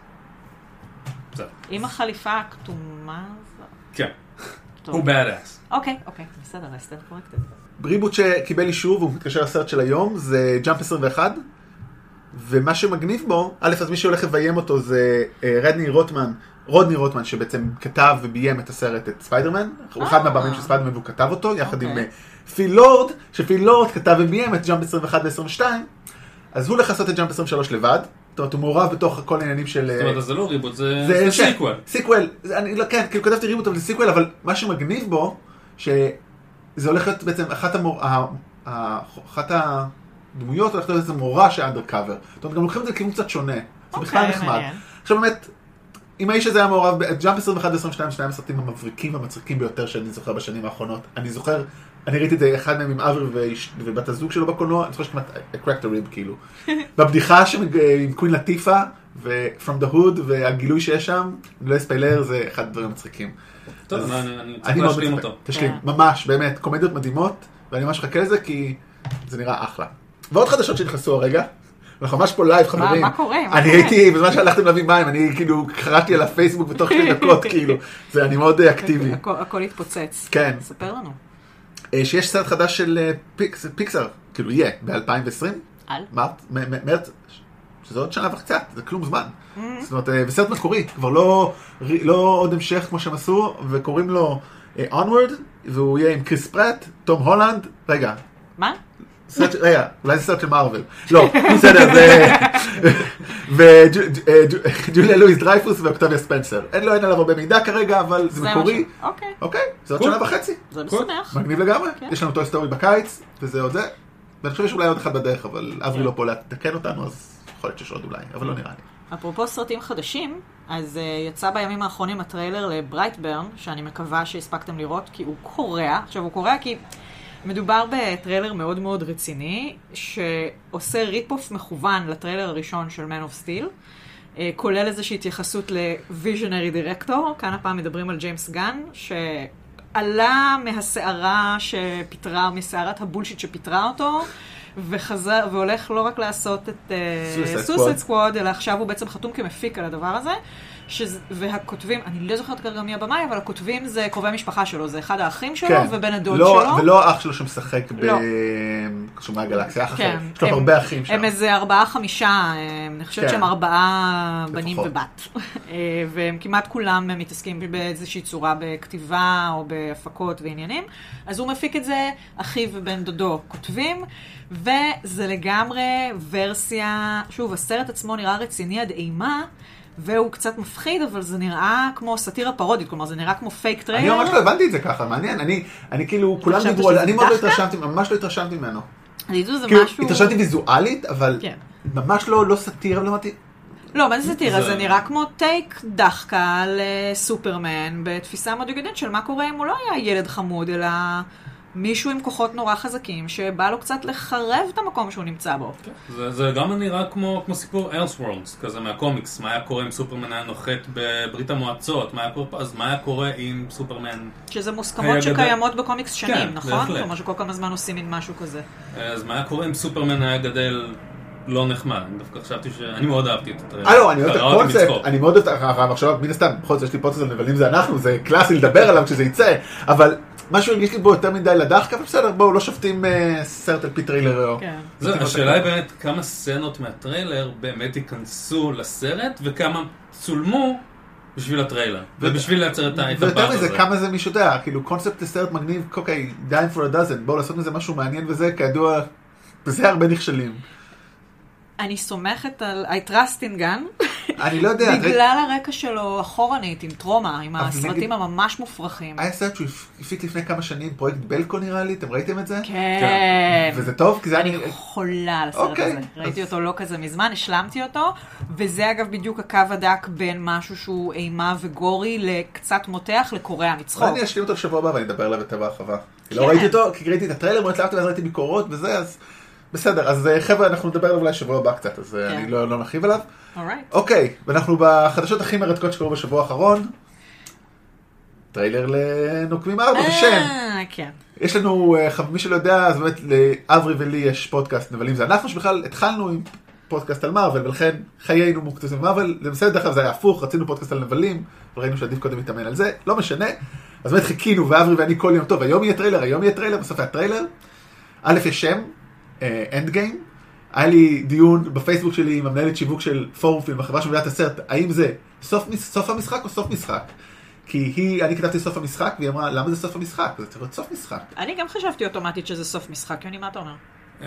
עם החליפה הכתומה? כן, הוא badass. אוקיי, בסדר, I stand corrected. ריבוט שקיבל אישור והוא מתקשר לסרט של היום זה ג'אמפ 21, ומה שמגניב בו, אז מי שהולך לביים אותו זה רודני רוטמן שבעצם כתב וביים את הסרט את ספיידרמן, הוא אחד מהבמים של ספיידרמן והוא כתב אותו יחד עם פיל לורד, שפיל לורד כתב וביים את ג'אמפ 21 ו-22, אז הוא הולך לעשות את ג'אמפ 23 לבד, זאת אומרת הוא מעורב בתוך כל העניינים של... זאת אומרת זה לא ריבוט, זה סיקוול. סיקוול, כן, כאילו כתבתי ריבוט אבל זה סיקוול, אבל מה שמגניב בו זה הולך להיות בעצם אחת הדמויות הולכת להיות בעצם מורה של אנדרקאבר. זאת אומרת, גם לוקחים את זה לכיוון קצת שונה. זה בכלל נחמד. עכשיו באמת, אם האיש הזה היה מעורב, ג'אמפ 21 ו-22, שני הסרטים המבריקים והמצחיקים ביותר שאני זוכר בשנים האחרונות. אני זוכר, אני ראיתי את זה אחד מהם עם אברי ובת הזוג שלו בקולנוע, אני זוכר שכמעט cracked a rib כאילו. והבדיחה עם קווין לטיפה, ו-From the Hood, והגילוי שיש שם, אני לא אספיילר, זה אחד הדברים המצחיקים. טוב, אני צריך להשלים אותו. תשלים, ממש, באמת, קומדיות מדהימות, ואני ממש חכה לזה כי זה נראה אחלה. ועוד חדשות שנכנסו הרגע, אנחנו ממש פה לייב, חברים. מה קורה? אני הייתי, בזמן שהלכתם להביא מים, אני כאילו קראתי על הפייסבוק בתוך 2 דקות, כאילו. זה, אני מאוד אקטיבי. הכל התפוצץ. כן. ספר לנו. שיש סרט חדש של פיקסאר, כאילו יהיה, ב-2020. על? מרץ, שזה עוד שנה וקצת, זה כלום זמן. זאת אומרת, בסרט מקורי, כבר לא עוד המשך כמו שהם עשו, וקוראים לו Onward, והוא יהיה עם קריס פרט, תום הולנד, רגע. מה? רגע, אולי זה סרט של מארוול. לא, בסדר, זה... וג'וליה לואיס דרייפוס ואוקטביה ספנסר. אין עליו הרבה מידע כרגע, אבל זה מקורי. אוקיי, זה עוד 1.5 שנה. זה משמח. מגניב לגמרי. יש לנו טוי סטורי בקיץ, וזה עוד זה. ואני חושב שאולי עוד אחד בדרך, אבל אברי לא פה לתקן אותנו, אז יכול להיות שיש עוד אולי, אבל לא נראה לי. אפרופו סרטים חדשים, אז יצא בימים האחרונים הטריילר לברייטברן, שאני מקווה שהספקתם לראות, כי הוא קורע. עכשיו, הוא קורע כי מדובר בטריילר מאוד מאוד רציני, שעושה ריפ-אוף מכוון לטריילר הראשון של Man of Steel, כולל איזושהי התייחסות ל-Visionary Director, כאן הפעם מדברים על ג'יימס גן, שעלה מהסערה שפיתרה, מסערת הבולשיט שפיתרה אותו, וחזר, והולך לא רק לעשות את Suicide Squad, אלא עכשיו הוא בעצם חתום כמפיק על הדבר הזה, והכותבים, אני לא זוכרת כרגע מי הבמאי, אבל הכותבים זה קרובי משפחה שלו, זה אחד האחים שלו ובן הדוד שלו. ולא האח שלו שמשחק בשומרי הגלקסיה, אח אחר. יש לו הרבה אחים שם. הם איזה 4-5, אני חושבת שהם 4 בנים ובת. והם כמעט כולם מתעסקים באיזושהי צורה בכתיבה או בהפקות ועניינים. אז הוא מפיק את זה, אחיו ובן דודו כותבים, וזה לגמרי ורסיה, שוב, הסרט עצמו נראה רציני עד אימה, והוא קצת מפחיד, אבל זה נראה כמו סאטירה פרודית, כלומר זה נראה כמו פייק טריילר. אני ממש לא הבנתי את זה ככה, מעניין, אני כאילו, כולם דיברו על זה, אני מאוד לא התרשמתי, ממש לא התרשמתי ממנו. כאילו, התרשמתי ויזואלית, אבל ממש לא סאטירה, לא אמרתי. לא, מה זה סאטירה? זה נראה כמו טייק דחקה על סופרמן, בתפיסה מאוד יגדית של מה קורה אם הוא לא היה ילד חמוד, אלא מישהו עם כוחות נורא חזקים, שבא לו קצת לחרב את המקום שהוא נמצא בו. זה גם נראה כמו סיפור Elseworlds, כזה מהקומיקס, מה היה קורה אם סופרמן היה נוחת בברית המועצות, אז מה היה קורה אם סופרמן... שזה מוסכמות שקיימות בקומיקס שנים, נכון? כלומר שכל כמה זמן עושים עם משהו כזה. אז מה היה קורה אם סופרמן היה גדל לא נחמד? אני דווקא חשבתי שאני מאוד אהבתי את הטריילר. לא, אני אוהב את הקונספט, אני מאוד אוהב את המחשבה, מן הסתם, בכל זאת יש לי פודקאסט על נבלים זה אנחנו, זה קלאסי לדבר עליו כשזה יצא, אבל משהו הרגיש לי בו יותר מדי לדחקה, ובסדר, בואו, לא שופטים סרט על פי טריילר. השאלה היא באמת כמה סצנות מהטריילר באמת ייכנסו לסרט, וכמה צולמו בשביל הטריילר, ובשביל לייצר את הפער הזה. ויותר מזה, כמה זה מישהו יודע, כאילו קונספט לסרט מגניב, אוקיי, dying for a dozen, בואו לעשות מזה משהו מעניין וזה, כידוע, וזה הרבה נכשלים. אני סומכת על I trust in gun. אני לא יודע. בגלל הרקע שלו אחורנית, עם טרומה, עם הסרטים הממש מופרכים. היה סרט שהוא הפיק לפני כמה שנים, פרויקט בלקו נראה לי, אתם ראיתם את זה? כן. וזה טוב? אני חולה על הסרט הזה. ראיתי אותו לא כזה מזמן, השלמתי אותו, וזה אגב בדיוק הקו הדק בין משהו שהוא אימה וגורי לקצת מותח לקורע מצחוק. אני אשלים אותו לשבוע הבא ואני אדבר עליו בטבע הרחבה. לא ראיתי אותו, כי ראיתי את הטריילר, מאוד התלהבתי ואז ראיתי ביקורות וזה, אז בסדר, אז חבר'ה, אנחנו נדבר עליו אולי שבוע הבא קצת, אז אני לא נרחיב עליו. אוקיי, ואנחנו בחדשות הכי מרתקות שקורו בשבוע האחרון. טריילר לנוקמים 4 בשם. כן. יש לנו, מי שלא יודע, אז באמת לאברי ולי יש פודקאסט נבלים זה. אנחנו שבכלל התחלנו עם פודקאסט על מארוול, ולכן חיינו מוקדשים במארוול. זה בסדר, דרך כלל זה היה הפוך, רצינו פודקאסט על נבלים, וראינו שעדיף קודם להתאמן על זה, לא משנה. אז באמת חיכינו, ואברי ואני כל יום טוב, היום יהיה טריילר, בסוף היה טריילר. א' יש שם, אנד גיים. היה לי דיון בפייסבוק שלי עם המנהלת שיווק של פורום פילם, החברה שמובילה את הסרט, האם זה סוף המשחק או סוף משחק? כי אני כתבתי סוף המשחק, והיא אמרה, למה זה סוף המשחק? זה צריך להיות סוף משחק. אני גם חשבתי אוטומטית שזה סוף משחק, יוני, מה אתה אומר?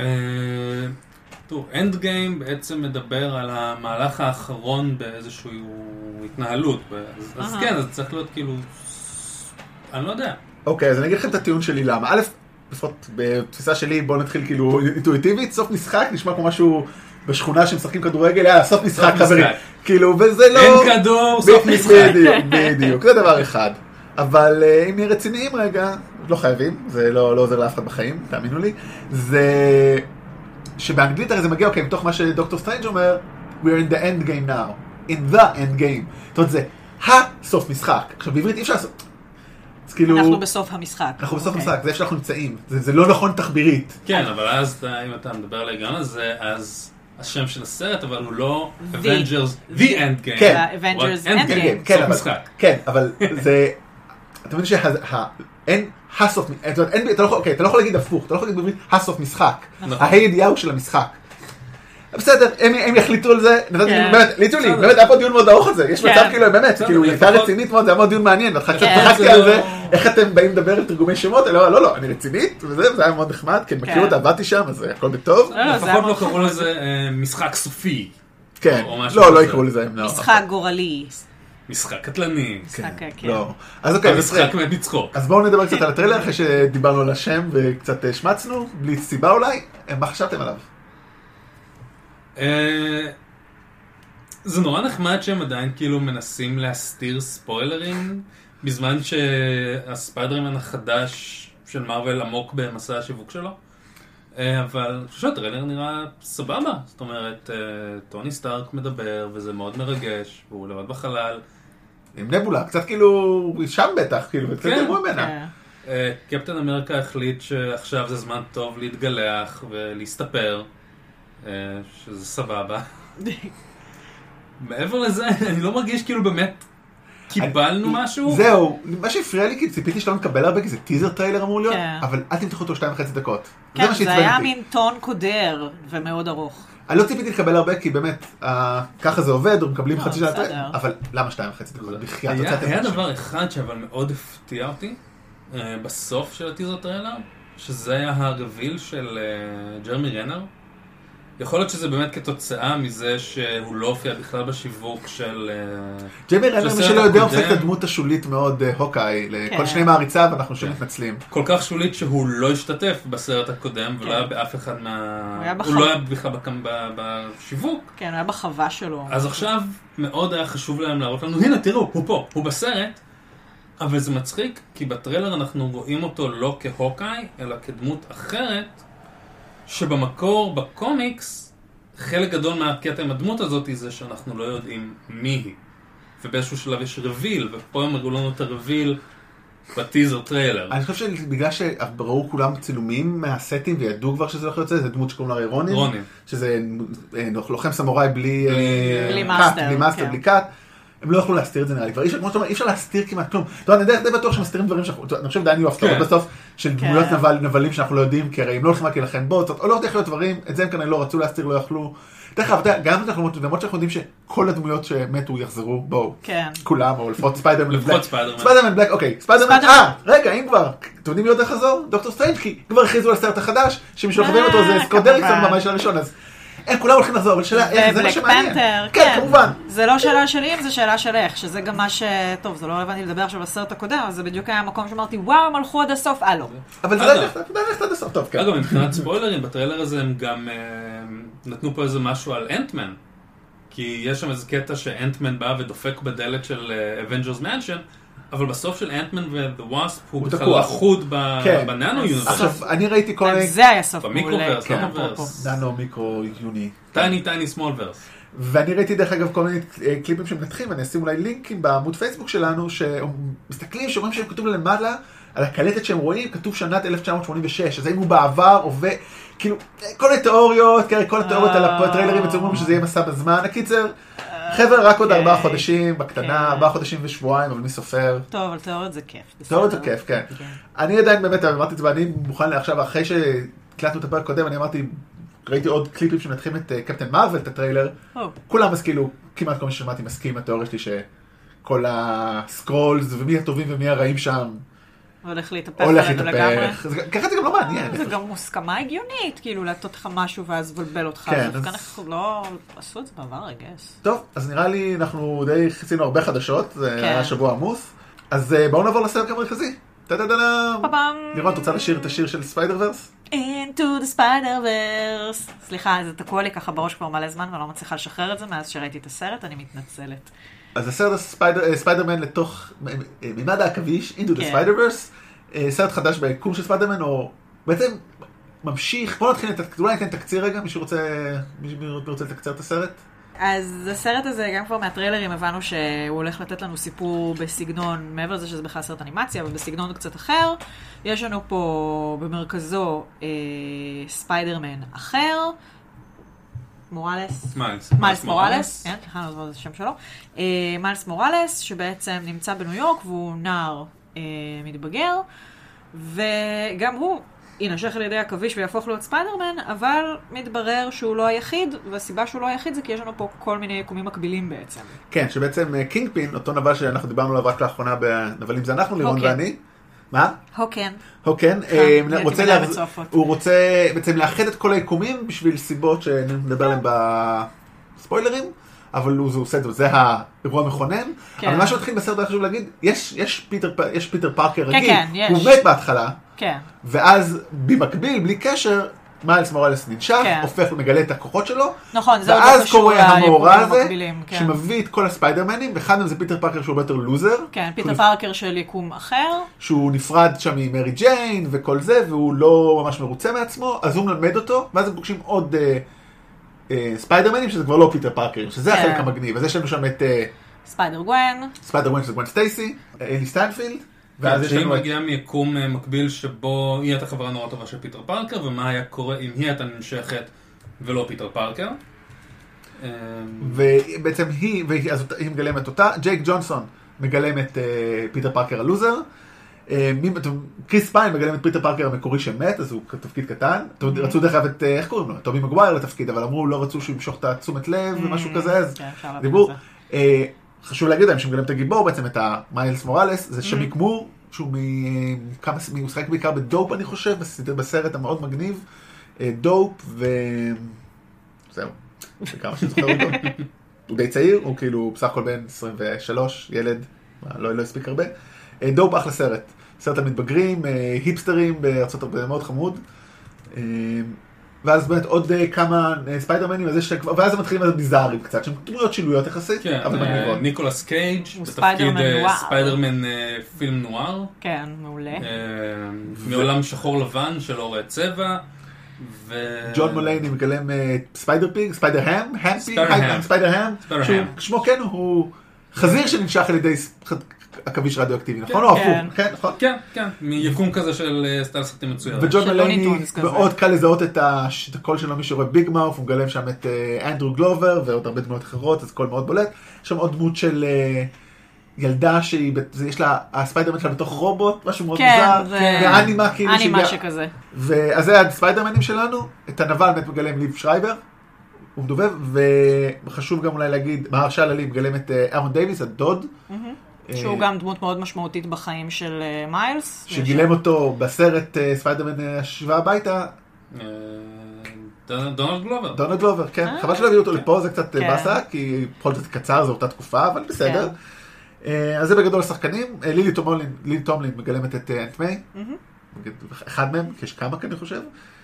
טוב, אנד גיים בעצם מדבר על המהלך האחרון באיזושהי התנהלות, אז כן, אז צריך להיות כאילו, אני לא יודע. אוקיי, אז אני אגיד לכם את הטיעון שלי למה. א', לפחות בתפיסה שלי, בואו נתחיל כאילו אינטואיטיבית, סוף משחק נשמע כמו משהו בשכונה שמשחקים כדורגל, יאללה, סוף משחק חברים. כאילו, וזה לא... אין כדור, סוף משחק. בדיוק, זה דבר אחד. אבל אם נהיה רציניים רגע, לא חייבים, זה לא עוזר לאף אחד בחיים, תאמינו לי, זה שבאנגלית הרי זה מגיע, אוקיי, מתוך מה שדוקטור סטרנג' אומר, we're in the end game now, in the end game. זאת אומרת, זה הסוף משחק. עכשיו, בעברית אי אפשר לעשות... אנחנו בסוף המשחק. אנחנו בסוף המשחק, זה איפה שאנחנו נמצאים. זה לא נכון תחבירית. כן, אבל אז, אם אתה מדבר על ההיגיון הזה, אז השם של הסרט, אבל הוא לא Avengers, The End Game. כן. Avengers End Game. סוף משחק. כן, אבל זה... אתה מבין שאין הסוף... אתה לא יכול להגיד הפוך, אתה לא יכול להגיד בעברית הסוף משחק. הידיעה הוא של המשחק. בסדר, הם יחליטו על זה, באמת, ליטולי, באמת היה פה דיון מאוד ארוך על זה, יש מצב כאילו, באמת, כאילו, הייתה רצינית מאוד, זה היה מאוד דיון מעניין, ואחר כך צחקתי על זה, איך אתם באים לדבר על תרגומי שמות, לא, אני רצינית, וזה היה מאוד נחמד, כי אני מכיר אותה, עבדתי שם, אז הכל בטוב. לפחות לא קראו לזה משחק סופי. כן, לא יקראו לזה. משחק גורלי. משחק קטלני. לא. אז אוקיי, משחק מצחוק. אז בואו נדבר קצת על הטריילר, אחרי שדיברנו על השם וקצת שמצנו, בלי סיבה אולי, מה חשבתם עליו? זה נורא נחמד שהם עדיין כאילו מנסים להסתיר ספוילרים בזמן שהספיידרמן החדש של מארוול עמוק במסע השיווק שלו, אבל אני חושב שהטריילר נראה סבבה. זאת אומרת, טוני סטארק מדבר וזה מאוד מרגש, והוא לבד בחלל עם נבולה, קצת כאילו שם בטח, כאילו, וקצת דמו ממנה. קפטן אמריקה החליט שעכשיו זה זמן טוב להתגלח ולהסתפר, שזה סבבה. מעבר לזה, אני לא מרגיש כאילו באמת קיבלנו משהו. זהו, מה שהפריע לי, כי ציפיתי שלא נקבל הרבה, כי זה טיזר טריילר אמור להיות, אבל אל תמתחו אותו 2.5 דקות. כן, זה היה מין טון קודר ומאוד ארוך. אני לא ציפיתי לקבל הרבה, כי באמת, ככה זה עובד, או מקבלים חצי שעה טריילר, אבל למה 2.5 דקות? היה דבר אחד שאבל מאוד הפתיע אותי, בסוף של הטיזר טריילר, שזה היה הרביל של ג'רמי רנר. יכול להיות שזה באמת כתוצאה מזה שהוא לא הופיע בכלל בשיווק של... ג'רמי רנר, מי שלא יודע, הופך את הדמות השולית מאוד הוקאי, לכל שני מעריציו, אנחנו שוב מתנצלים. כל כך שולית שהוא לא השתתף בסרט הקודם, ולא היה באף אחד הוא לא היה בכלל בשיווק. כן, הוא היה בחווה שלו. אז עכשיו מאוד היה חשוב להם להראות לנו, הנה תראו, הוא פה, הוא בסרט, אבל זה מצחיק, כי בטריילר אנחנו רואים אותו לא כהוקאי, אלא כדמות אחרת, שבמקור, בקומיקס, חלק גדול מהקטע עם הדמות הזאת זה שאנחנו לא יודעים מי היא. ובאיזשהו שלב יש רביל, ופה הם הראו לנו את הרביל בטיזר טריילר. אני חושב שבגלל שראו כולם צילומים מהסטים וידעו כבר שזה הולך להיות זה דמות שקוראים לה רוני, שזה לוחם סמוראי בלי מאסטר, בלי קאט. הם לא יכולו להסתיר את זה נראה לי, כבר אי אפשר להסתיר כמעט כלום. אני די בטוח שמסתירים דברים אני חושב דייני הפתעות בסוף של דמויות נבלים שאנחנו לא יודעים, כי הרי אם לא הולכים רק לכם בוט, או לא יודעים להיות דברים, את זה הם כנראה לא רצו להסתיר, לא יכלו. דרך אגב, גם למרות שאנחנו יודעים שכל הדמויות שמתו יחזרו, בואו, כולם, או לפחות ספיידרמן בלק, אוקיי, ספיידרמן, רגע, אם כבר, אתם יודעים מי עוד יחזור? דוקטור סטרנג', כי כבר הכריזו על הסרט החדש, שמשולחבים אותו זה סקוט דריקסון ממש הראשון, אז הם כולם הולכים לחזור, אבל שאלה איך, זה מה שמעניין. כן, כמובן. זה לא שאלה שלי, אם זה שאלה של איך, שזה גם מה טוב, זה לא רלוונטי לדבר עכשיו בסרט הקודם, אבל זה בדיוק היה המקום שאמרתי, וואו, הם הלכו עד הסוף, לא. אבל זה ללכת עד הסוף, טוב, כן. אגב, מבחינת ספוילרים, בטריילר הזה הם גם נתנו פה איזה משהו על אנטמן, כי יש שם איזה קטע שאנטמן בא ודופק בדלת של Avengers Mansion, אבל בסוף של אנטמן ו-The Wasp הוא בכלל אחוד בננו יוניברס. עכשיו, אני ראיתי כל... זה היה סוף במיקרוורס, לא מוורס. ננו, מיקרו, יוני. טייני סמול ורס. ואני ראיתי דרך אגב כל מיני קליפים שמנתחים, ואני אשים אולי לינקים בעמוד פייסבוק שלנו, שמסתכלים, שאומרים שהם כתוב למעלה, על הקלטת שהם רואים, כתוב שנת 1986, אז האם הוא בעבר, כאילו, כל התיאוריות, כל התיאוריות על הטריילרים, וצריכים שזה יהיה מסע בזמן, הקיצר, חבר'ה, רק עוד 4 חודשים, בקטנה, 4 חודשים ושבועיים, אבל מי סופר? טוב, אבל תיאוריות זה כיף. תיאוריות זה כיף, כן. אני עדיין באמת אמרתי את זה, ואני מוכן עכשיו, אחרי שהקלטנו את הפרק קודם, אני אמרתי, ראיתי עוד קליפים שמנתחים את קפטן מארוול, את הטריילר, כולם אז כאילו, כמעט כל מי ששמעתי מסכים, התיאוריה שלי שכל הסקרולס, ומי הטובים ומי הרעים שם, הולך להתהפך עלינו לגמרי. ככה זה גם לא מעניין. זה גם מוסכמה הגיונית, כאילו להטות לך משהו ואז לבלבל אותך. וכאן אנחנו לא עשו את זה בעבר, אגס. טוב, אז נראה לי אנחנו די חצינו הרבה חדשות, זה היה שבוע עמוס. אז בואו נעבור לסרט המרכזי. טה-טה-טה-טה. פאפאם. לירון, את רוצה לשיר את השיר של ספיידר ורס? Into Into the Spider-Verse. סליחה, זה תקוע לי ככה בראש כבר מלא זמן, ואני לא מצליחה לשחרר את זה מאז שראיתי את הסרט, אני מתנצלת. אז הסרט ספיידרמן לתוך מימד העכביש, Into the Spider-Verse, סרט חדש ביקום של ספיידרמן, או בעצם ממשיך, בוא נתחיל, אולי ניתן תקציר רגע, מישהו רוצה לתקצר את הסרט? אז הסרט הזה, גם כבר מהטריילרים הבנו שהוא הולך לתת לנו סיפור בסגנון, מעבר לזה שזה בכלל סרט אנימציה, אבל בסגנון קצת אחר. יש לנו פה במרכזו ספיידרמן אחר, מיילס מוראלס, כן, סליחה, אני לא זוכרת את השם שלו. מיילס מוראלס, שבעצם נמצא בניו יורק, והוא נער מתבגר, וגם הוא ינשך על ידי עכביש ויהפוך להיות ספיידרמן, אבל מתברר שהוא לא היחיד, והסיבה שהוא לא היחיד זה כי יש לנו פה כל מיני יקומים מקבילים בעצם. כן, שבעצם קינג פין, אותו נבל שאנחנו דיברנו עליו רק לאחרונה בנבלים זה אנחנו, לירון ואני. מה? הוקן. הוקן. הוא רוצה בעצם לאחד את כל היקומים בשביל סיבות שנדבר עליהם בספוילרים, אבל הוא עושה את זה, זה האירוע המכונן. אבל מה שמתחיל בסרט היה חשוב להגיד, יש פיטר פארקר רגיל, הוא מת בהתחלה, ואז במקביל, בלי קשר, מיילס מוראלס ננשך, הופך ומגלה את הכוחות שלו, ואז קורה המאורע הזה, שמביא את כל הספיידרמנים, ואחד מהם זה פיטר פארקר שהוא יותר לוזר. כן, פיטר פארקר של יקום אחר. שהוא נפרד שם ממרי ג'יין וכל זה, והוא לא ממש מרוצה מעצמו, אז הוא מלמד אותו, ואז הם פוגשים עוד ספיידרמנים, שזה כבר לא פיטר פארקר, שזה החלק המגניב. אז יש לנו שם את ספיידר גוון, שזה גוון סטייסי, אלי סטנפילד, שהיא מגיעה מיקום מקביל שבו היא הייתה חברה נורא טובה של פיטר פארקר, ומה היה קורה אם היא הייתה נמשכת ולא פיטר פארקר. ובעצם היא מגלמת אותה, ג'ייק ג'ונסון מגלם את פיטר פארקר הלוזר, קריס פיין מגלם את פיטר פארקר המקורי שמת, אז הוא תפקיד קטן. רצו דרך אגב את, איך קוראים לו? טובי מגווייר לתפקיד, אבל אמרו לא רצו שהוא ימשוך את תשומת לב ומשהו כזה, אז דיבור. חשוב להגיד להם שמגלם את הגיבור, בעצם את המיילס מוראלס, זה שמיק מור, שהוא הוא שחק בעיקר בדופ אני חושב, בסרט המאוד מגניב, דופ זהו, זה כמה שזוכר אותו. הוא די צעיר, הוא כאילו בסך הכל בן 23, ילד, לא הספיק הרבה. דופ אחלה סרט, סרט המתבגרים, היפסטרים בארצות הברית, מאוד חמוד. ואז באמת עוד כמה ספיידרמנים, ואז הם מתחילים להיות ביזארים קצת, שהם דמויות שילויות יחסית, אבל מגניבות. ניקולס קייג' בתפקיד ספיידרמן פילם נואר. כן, מעולה. מעולם שחור לבן של אור צבע. ג'ון מולייני מגלם ספיידר פיג, ספיידר האם, שמו כן הוא חזיר שננשך על ידי עכביש רדיואקטיבי, נכון או הפוך? כן, כן, מיקום כזה של סטייל סרטים מצויר. וג'ון מלייני מאוד קל לזהות את הקול שלו, מי שרואה ביג מאוף, הוא מגלם שם את אנדרו גלובר ועוד הרבה דמות אחרות, אז קול מאוד בולט. יש שם עוד דמות של ילדה שיש לה, הספיידרמן שלה בתוך רובוט, משהו מאוד מוזר, ואנימה כאילו. אנימה שכזה. אז זה הספיידרמנים שלנו, את הנבל באמת מגלם ליב שרייבר, הוא מדובב, וחשוב גם אולי להגיד, מהרשל עלי מגלם את ארון דייביס, הדוד, שהוא גם דמות מאוד משמעותית בחיים של מיילס. שגילם אותו בסרט ספיידרמן השווה הביתה. דונלד גלובר, כן. חבל שלא הביאו אותו לפה, זה קצת בסה, כי בכל זאת קצר, זו אותה תקופה, אבל בסדר. אז זה בגדול השחקנים. לילי טומלין מגלמת את אנט מיי. אחד מהם, כי יש כמה כאן אני חושב.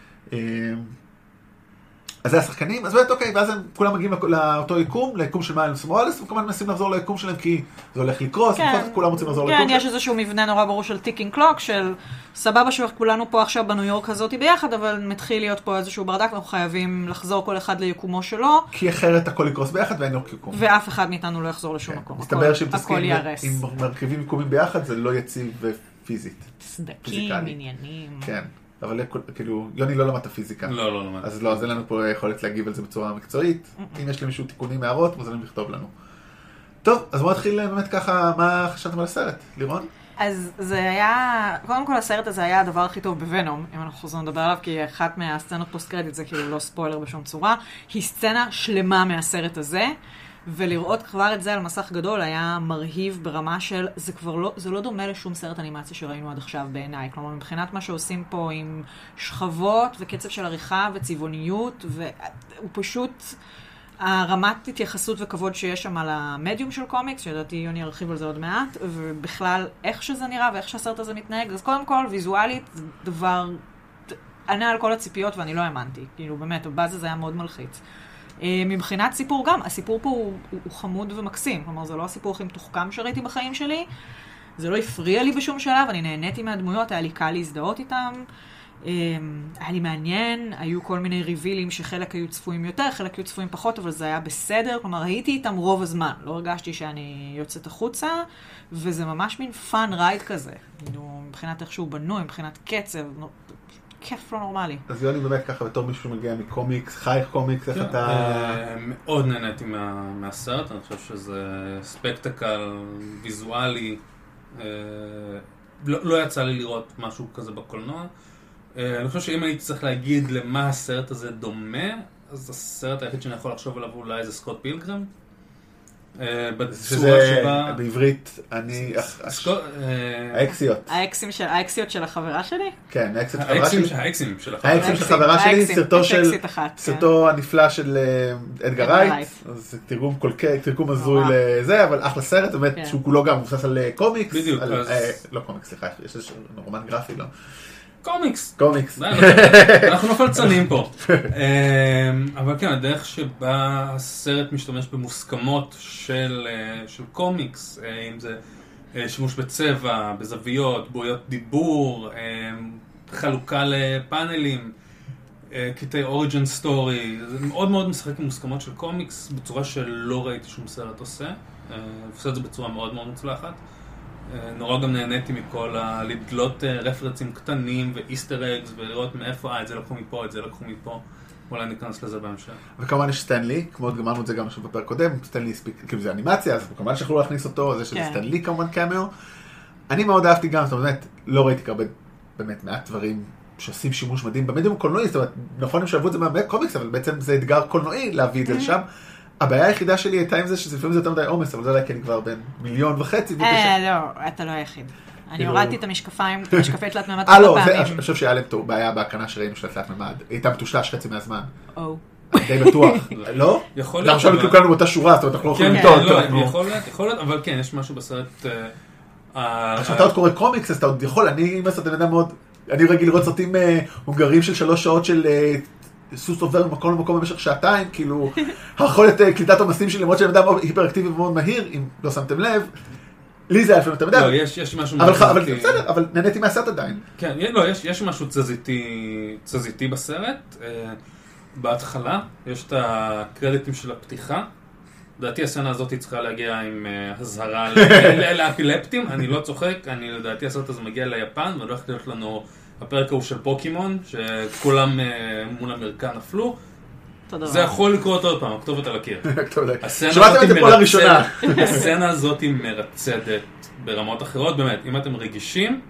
אז זה השחקנים, אז באמת אוקיי, ואז הם כולם מגיעים לאותו יקום, ליקום של מיילס מוראלס, וכמובן מנסים לחזור ליקום שלהם כי זה הולך לקרוס, כולם רוצים לחזור ליקום. כן, יש איזשהו מבנה נורא ברור של טיקינג קלוק, של סבבה שכולנו פה עכשיו בניו יורק הזאת ביחד, אבל מתחיל להיות פה איזשהו ברדק, ואנחנו חייבים לחזור כל אחד ליקומו שלו. כי אחרת הכל יקרוס ביחד ואין לו יקום. ואף אחד מאיתנו לא יחזור לשום מקום. מסתבר שאם תסכים עם מרכיבים יקומים ביחד, זה לא יציב ופיזית. סדקים, עניינים. כן. אבל כאילו, יוני לא למד את הפיזיקה. לא למד. אז לא, אז אין לנו פה יכולת להגיב על זה בצורה מקצועית. אם יש למישהו תיקונים, הערות, מוזמנים לכתוב לנו. טוב, אז בואו נתחיל באמת ככה, מה חשבתם על הסרט, לירון? אז זה היה, קודם כל הסרט הזה היה הדבר הכי טוב בוונום, אם אנחנו חוזרים לדבר עליו, כי אחת מהסצנות פוסט קרדיט, זה כאילו לא ספוילר בשום צורה, היא סצנה שלמה מהסרט הזה, ולראות כבר את זה על מסך גדול היה מרהיב ברמה של, זה לא דומה לשום סרט אנימציה שראינו עד עכשיו בעיניי. כלומר, מבחינת מה שעושים פה עם שכבות וקצב של עריכה וצבעוניות, והוא פשוט הרמת התייחסות וכבוד שיש שם על המדיום של קומיקס, שידעתי יוני ירחיב על זה עוד מעט, ובכלל איך שזה נראה ואיך שהסרט הזה מתנהג. אז קודם כל, ויזואלית, זה דבר ענה על כל הציפיות ואני לא האמנתי. כאילו, באמת, הבאז הזה היה מאוד מלחיץ. מבחינת סיפור גם, הסיפור פה הוא חמוד ומקסים. כלומר, זה לא הסיפור הכי מתוחכם שראיתי בחיים שלי. זה לא הפריע לי בשום שלב, אני נהניתי מהדמויות, היה לי קל להזדהות איתם. היה לי מעניין, היו כל מיני ריבילים שחלק היו צפויים יותר, חלק היו צפויים פחות, אבל זה היה בסדר. כלומר, הייתי איתם רוב הזמן. לא הרגשתי שאני יוצאת החוצה, וזה ממש מין פאן רייד כזה. מבחינת איך שהוא בנוי, מבחינת קצב, כיף לא נורמלי. אז יוני באמת ככה, בתור מישהו שמגיע מקומיקס, חייך קומיקס, איך אתה... מאוד נהניתי מהסרט, אני חושב שזה ספקטקל ויזואלי. לא יצא לי לראות משהו כזה בקולנוע. אני חושב שאם אני צריך להגיד למה הסרט הזה דומה, אז הסרט היחיד שאני יכול לחשוב עליו אולי זה סקוט פילגרם. שזה בעברית, האקסיות של החברה שלי? כן, האקסים של החברה שלי, סרטו הנפלא של אדגר רייט, זה תרגום הזוי לזה, אבל אחלה סרט, באמת שהוא כולו גם מבוסס על קומיקס, לא קומיקס, סליחה, יש איזה רומן גרפי, לא? קומיקס. אנחנו נופלצנים פה. אבל כן, הדרך שבה הסרט משתמש במוסכמות של קומיקס, אם זה שימוש בצבע, בזוויות, בועיות דיבור, חלוקה לפאנלים, קטעי אוריג'ן סטורי, זה מאוד מאוד משחק עם מוסכמות של קומיקס, בצורה שלא ראיתי שום סרט עושה. עושה את זה בצורה מאוד מאוד מוצלחת. נורא גם נהניתי מכל לדלות רפרנסים קטנים ואיסטר אגס ולראות מאיפה, את זה לקחו מפה, את זה לקחו מפה. אולי ניכנס לזה בהמשך. וכמובן יש סטנלי, כמו גמרנו את זה גם עכשיו בפרק קודם, סטנלי הספיק, כאילו זה אנימציה, אז כמובן שיכולו להכניס אותו, זה שזה סטנלי כמובן קאמאו. אני מאוד אהבתי גם, זאת אומרת, לא ראיתי הרבה, באמת מעט דברים שעושים שימוש מדהים במדיום קולנועי, זאת אומרת, נכון הם שלבו את זה מהקומיקס, אבל בעצם זה אתגר קולנועי להביא את זה לשם. הבעיה היחידה שלי הייתה עם זה שלפעמים זה יותר מדי עומס, אבל זה אולי כי אני כבר בין 1.5 מיליון. לא, אתה לא היחיד. אני הורדתי את המשקפיים, משקפי תלת ממד כמה פעמים. אני חושב שהיה להם בעיה בהקרנה שראינו של תלת ממד. הייתה מטושטש חצי מהזמן. די בטוח. לא? יכול להיות. עכשיו נקלו כאן באותה שורה, זאת אומרת, אנחנו לא יכולים לטעות. יכול להיות, אבל כן, יש משהו בסרט... כשאתה עוד קורא קומיקס, אז אתה עוד יכול, אני רגיל לראות סרטים הונגרים של 3 שעות של... סוס עובר ממקום למקום במשך שעתיים, כאילו, היכולת קליטת עומסים שלי, למרות שאני אדם היפראקטיבי ומאוד מהיר, אם לא שמתם לב, לי זה היה לפעמים, אתה יודע. לא, יש משהו... אבל בסדר, אבל נהניתי מהסרט עדיין. כן, לא, יש משהו תזזיתי בסרט. בהתחלה, יש את הקרדיטים של הפתיחה. לדעתי הסצנה הזאת צריכה להגיע עם הזהרה לאפילפטים, אני לא צוחק, לדעתי הסרט הזה מגיע ליפן, ולא הולך להיות לנו... הפרק הוא של פוקימון, שכולם מול המרקע נפלו. זה יכול לקרות עוד פעם, הכתובת על הקיר. שמעתם את זה פה לראשונה. הסצנה הזאת היא מרצדת ברמות אחרות, באמת, אם אתם רגישים,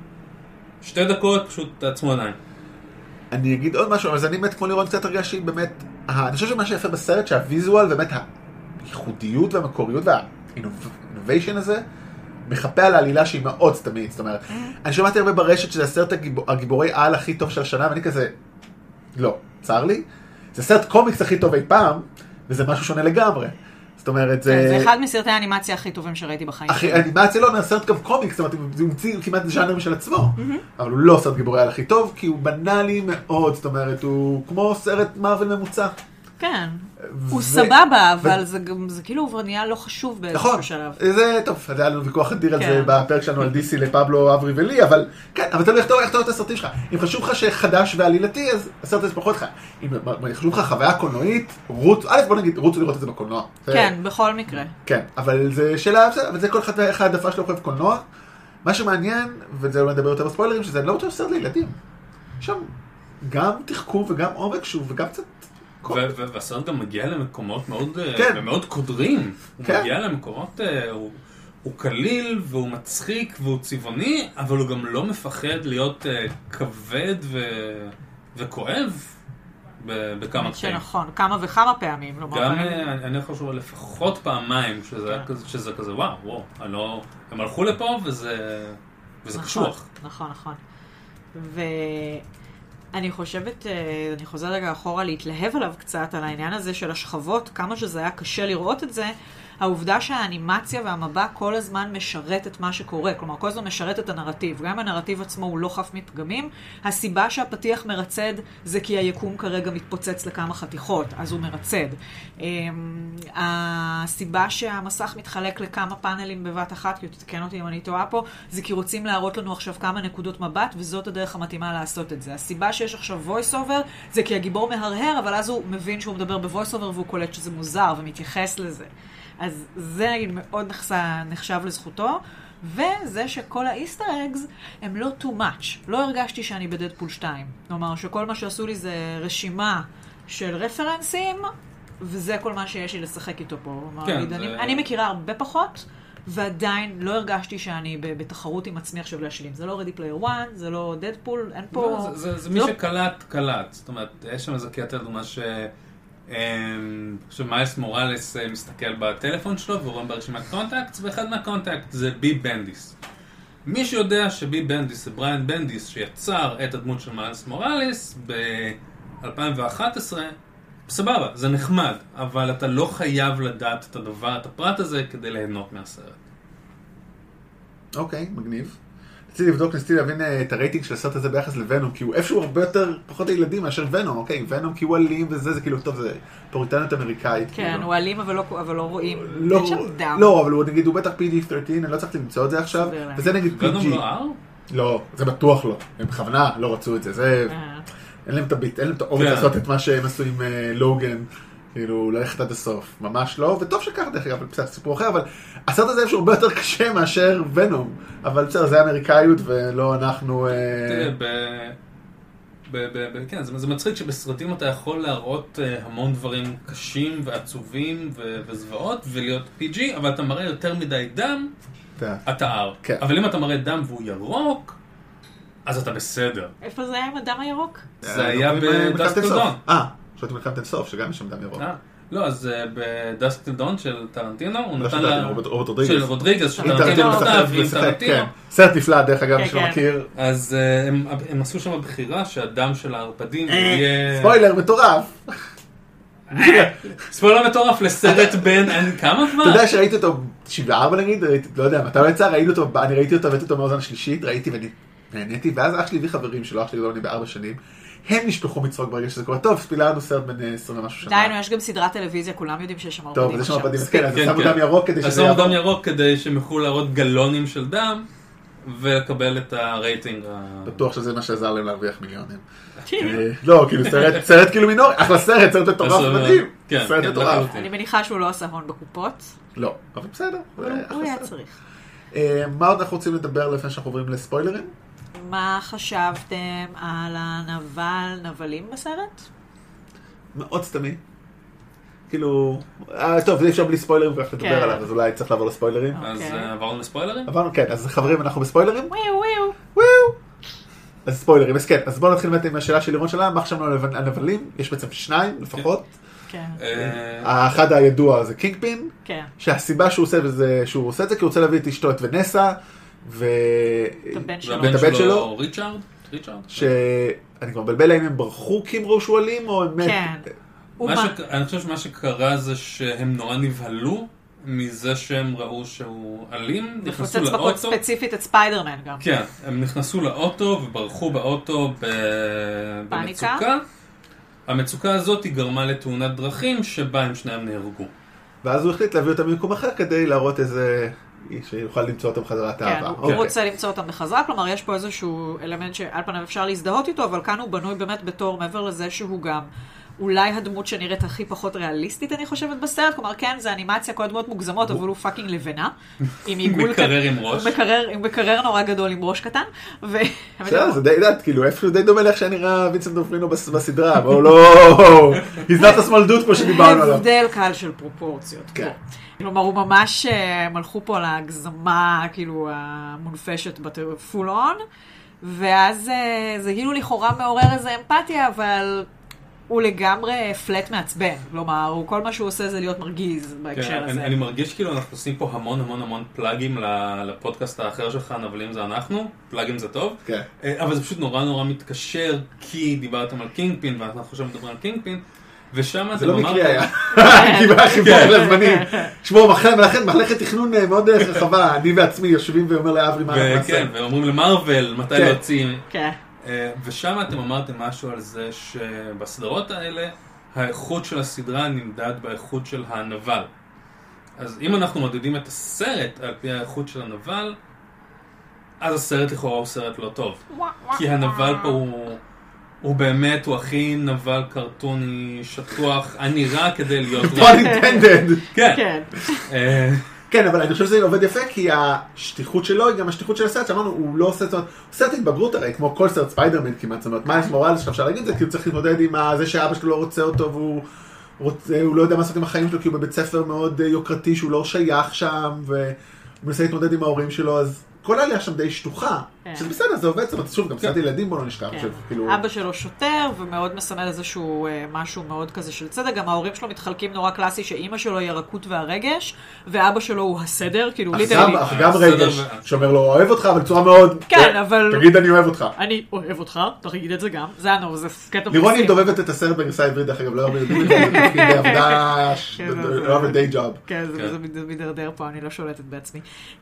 2 דקות פשוט תעצמו עדיין. אני אגיד עוד משהו, אבל אני באמת כמו לראות קצת הרגשי, באמת, אני חושב שמה שיפה בסרט, שהוויזואל, באמת הייחודיות והמקוריות והאינוביישן הזה, מחפה על העלילה שהיא מאוד סתמית, זאת אומרת, אני שמעתי הרבה ברשת שזה הסרט הגיבורי על הכי טוב של השנה, ואני כזה, לא, צר לי, זה סרט קומיקס הכי טוב אי פעם, וזה משהו שונה לגמרי. זאת אומרת, זה אחד מסרטי האנימציה הכי טובים שראיתי בחיים. האנימציה לא, סרט גם קומיקס, זאת אומרת, הוא המציא כמעט ז'אנר משל עצמו, אבל הוא לא סרט גיבורי על הכי טוב, כי הוא בנאלי מאוד, זאת אומרת, הוא כמו סרט מארוול ממוצע. כן, הוא סבבה, אבל זה כאילו הוא נהיה לא חשוב באיזשהו שלב. נכון, זה טוב, היה לנו ויכוח אדיר על זה בפרק שלנו על DC לפבלו, אברי ולי, אבל כן, אבל תלוי איך אתה רואה את הסרטים שלך. אם חשוב לך שחדש ועלילתי, אז הסרט הזה פחות לך. אם חשוב לך חוויה קולנועית, בוא נגיד, רוצו לראות את זה בקולנוע. כן, בכל מקרה. כן, אבל זה שאלה, אבל זה כל אחד העדפה שלו אוהב קולנוע. מה שמעניין, וזה לא נדבר יותר בספוילרים, שזה לא רוצה סרט לילדים. שם גם תחכום וגם עומק וגם קצת והסרט גם מגיע למקומות מאוד קודרים. הוא מגיע למקומות, הוא קליל והוא מצחיק והוא צבעוני, אבל הוא גם לא מפחד להיות כבד וכואב בכמה קטעים. נכון, כמה וכמה פעמים. גם אני חושב לפחות פעמיים שזה כזה וואו, הם הלכו לפה וזה קשוח. נכון. אני חושבת, אני חוזרת רגע אחורה להתלהב עליו קצת, על העניין הזה של השכבות, כמה שזה היה קשה לראות את זה. העובדה שהאנימציה והמבע כל הזמן משרת את מה שקורה, כלומר כל הזמן משרת את הנרטיב, גם הנרטיב עצמו הוא לא חף מפגמים, הסיבה שהפתיח מרצד זה כי היקום כרגע מתפוצץ לכמה חתיכות, אז הוא מרצד. הסיבה שהמסך מתחלק לכמה פאנלים בבת אחת, כי תתקן אותי אם אני טועה פה, זה כי רוצים להראות לנו עכשיו כמה נקודות מבט, וזאת הדרך המתאימה לעשות את זה. הסיבה שיש עכשיו voice over, זה כי הגיבור מהרהר, אבל אז הוא מבין שהוא מדבר ב-voice over, והוא קולט שזה מוזר, ומתייחס לזה. אז זה נגיד מאוד נחשב לזכותו, וזה שכל האיסטר אגס הם לא too much. לא הרגשתי שאני בדדפול 2. כלומר, שכל מה שעשו לי זה רשימה של רפרנסים, וזה כל מה שיש לי לשחק איתו פה. כן, אני מכירה הרבה פחות, ועדיין לא הרגשתי שאני בתחרות עם עצמי עכשיו להשלים. זה לא Ready Player One, זה לא דדפול, אין פה... זה מי שקלט, קלט. זאת אומרת, יש שם איזה קטע דומה שמיילס מוראלס מסתכל בטלפון שלו ורואים ברשימת קונטקטס, ואחד מהקונטקט זה בי בנדיס. מי שיודע שבי בנדיס זה בריאן בנדיס שיצר את הדמות של מיילס מוראלס ב-2011, סבבה, זה נחמד, אבל אתה לא חייב לדעת את הדבר, את הפרט הזה, כדי ליהנות מהסרט. אוקיי, מגניב. ניסיתי להבין את הרייטינג של הסרט הזה ביחס לוונום, כי הוא איפשהו הרבה יותר פחות הילדים מאשר ונום, אוקיי? ונום כי הוא אלים וזה, זה כאילו, טוב, זה פוריטניות אמריקאית. כן, הוא אלים אבל לא רואים. אין שם דם. לא, אבל הוא נגיד, הוא בטח PG-13, אני לא צריך למצוא את זה עכשיו, וזה נגיד PG. ונום לא R? לא, זה בטוח לא. הם בכוונה לא רצו את זה, זה... אין להם את הביט, אין להם את האומץ לעשות את מה שהם עשו עם לוגן. כאילו, ללכת עד הסוף. ממש לא, וטוב שכך דרך אגב, קצת סיפור אחר, אבל הסרט הזה איפשהו הרבה יותר קשה מאשר ונום. אבל בסדר, זה אמריקאיות ולא אנחנו... כן, זה מצחיק שבסרטים אתה יכול להראות המון דברים קשים ועצובים וזוועות ולהיות PG, אבל אתה מראה יותר מדי דם, אתה R. אבל אם אתה מראה דם והוא ירוק, אז אתה בסדר. איפה זה היה עם הדם הירוק? זה היה בדאסק טל דון. חשבתי מלחמת אינסוף, שגם יש שם דם ירוק. לא, אז בדאסק טל דון של טרנטינו, הוא נתן לה... של רודריגז, של טרנטינו נתן ועם טרנטינו. סרט נפלא, דרך אגב, מי שלא מכיר. אז הם עשו שם בחירה שהדם של הערפדים יהיה... ספוילר מטורף. ספוילר מטורף לסרט בין כמה כבר? אתה יודע שראיתי אותו 74 נגיד, לא יודע, מתי הוא יצא, אני ראיתי אותו והייתי אותו מאוזן השלישית, ראיתי ואני נהניתי, ואז אח שלי הביא חברים שלו, אח שלי גדול אני ב4 שנים, הם נשפחו מצחוק ברגע שזה קורה. טוב, ספילה לנו סרט בין 20 ומשהו שנה. דיינו, יש גם סדרת טלוויזיה, כולם יודעים שיש שם ערפדים. טוב, יש שם ערפדים, אז כן, אז שמו דם ירוק כדי שזה יעבור. שמו דם ירוק כדי שהם יוכלו להראות גלונים של דם, ולקבל את הרייטינג. בטוח שזה מה שעזר להם להרוויח מיליונים. לא, כאילו סרט כאילו מינורי, אחלה סרט מטורף מדהים. סרט מטורף. אני מניחה שהוא לא עשה הון בקופות. לא, אבל בסדר. הוא היה צריך. מה עוד אנחנו רוצים לדבר לפני שאנחנו עוברים לספוילרים? מה חשבתם על נבלים בסרט? מאוד סתמי. כאילו, טוב, זה אפשר בלי ספוילרים וכך לדבר עליו, אז אולי צריך לעבור לספוילרים. אז עברנו לספוילרים? עברנו, כן. אז חברים, אנחנו בספוילרים? וואו. אז ספוילרים, אז כן. אז בואו נתחיל עם השאלה של לירון שלה, מה חשבנו על הנבלים? יש בעצם 2 לפחות. כן. האחד הידוע זה קינגפין. כן. שהסיבה שהוא עושה את זה כי הוא רוצה להביא את אשתו את ונסה. והבן שלו ריצ'ארד? שאני כבר מבלבל האם הם ברחו כי הם ראו שהוא אלים או הם... כן. אני חושב שמה שקרה זה שהם נורא נבהלו מזה שהם ראו שהוא אלים, נכנסו לאוטו. מפוצץ ספציפית את ספיידרמן גם. כן, הם נכנסו לאוטו וברחו באוטו במצוקה. המצוקה הזאת היא גרמה לתאונת דרכים שבה הם שניהם נהרגו. ואז הוא החליט להביא אותם במקום אחר כדי להראות איזה... שיוכל למצוא אותם בחזרה את האהבה. כן, הוא רוצה למצוא אותם בחזרה, כלומר יש פה איזשהו אלמנט שעל פניו אפשר להזדהות איתו, אבל כאן הוא בנוי באמת בתור מעבר לזה שהוא גם אולי הדמות שנראית הכי פחות ריאליסטית, אני חושבת, בסרט. כלומר, כן, זה אנימציה, כל דמות מוגזמות, אבל הוא פאקינג לבנה. מקרר עם ראש. הוא מקרר נורא גדול עם ראש קטן. זה די דעת, כאילו, איפשהו די דומה לאיך שנראה וינסנט דופרינו בסדרה, אבל לא... he's not a small dude פה שדיברנו עליו. הבדל קל של פרופורציות. כלומר, הוא ממש מלכו פה על ההגזמה, כאילו, המונפשת בפול און, ואז זה כאילו לכאורה מעורר איזה אמפתיה, אבל... הוא לגמרי פלט מעצבן, כלומר, כל מה שהוא עושה זה להיות מרגיז בהקשר הזה. אני מרגיש כאילו אנחנו עושים פה המון פלאגים לפודקאסט האחר שלך, נבלים זה אנחנו, פלאגים זה טוב, אבל זה פשוט נורא מתקשר, כי דיברתם על קינגפין, ואנחנו עכשיו מדברים על קינגפין, ושם זה לא מקרי היה, כי בחיבור לזמנים. שמור, מחלקת תכנון מאוד רחבה, אני בעצמי יושבים ואומר לאברי מה אנחנו נעשה. כן, ואומרים למרוול מתי להוציא. ושם אתם אמרתם משהו על זה שבסדרות האלה, האיכות של הסדרה נמדד באיכות של הנבל. אז אם אנחנו מודדים את הסרט על פי האיכות של הנבל, אז הסרט לכאורה הוא סרט לא טוב. כי הנבל פה הוא באמת, הוא הכי נבל קרטוני, שטוח, הנראה כדי להיות רע. פון אינטנדד. כן. כן, אבל אני חושב שזה עובד יפה, כי השטיחות שלו היא גם השטיחות של הסרט, שאמרנו, הוא לא עושה, הוא סרט התבגרות הרי, כמו כל סרט ספיידרמן כמעט, זאת אומרת, מיילס מוראלס, אפשר להגיד את זה, כי הוא צריך להתמודד עם זה שאבא שלו לא רוצה אותו, והוא לא יודע מה לעשות עם החיים שלו, כי הוא בבית ספר מאוד יוקרתי, שהוא לא שייך שם, והוא מנסה להתמודד עם ההורים שלו, אז כל העלייה שם די שטוחה, שזה בסדר, זה עובד, זאת אומרת, שוב, גם סרט ילדים בו לא נשכח, אבא שלו שוטר, ומאוד מסמל איזשהו משהו מאוד כזה של צדק, גם ההורים שלו מתחלקים נורא קלאסי, שאימא שלו היא הרכות והרגש, ואבא שלו הוא הסדר, כאילו ליטרלי. גם רגש, שאומר לו, אוהב אותך, אבל בצורה מאוד, כן, אבל... תגיד אני אוהב אותך. אני אוהב אותך, תגיד את זה גם, זה הנור, זה קטע לירוני דובבת את הסרט בגרסה העברית, דרך אגב, לא הרבה יודעים את זה, בעבודה, לא הרבה די ג'וב. כן, זה מדרדר פה, אני לא שולטת בעצמי.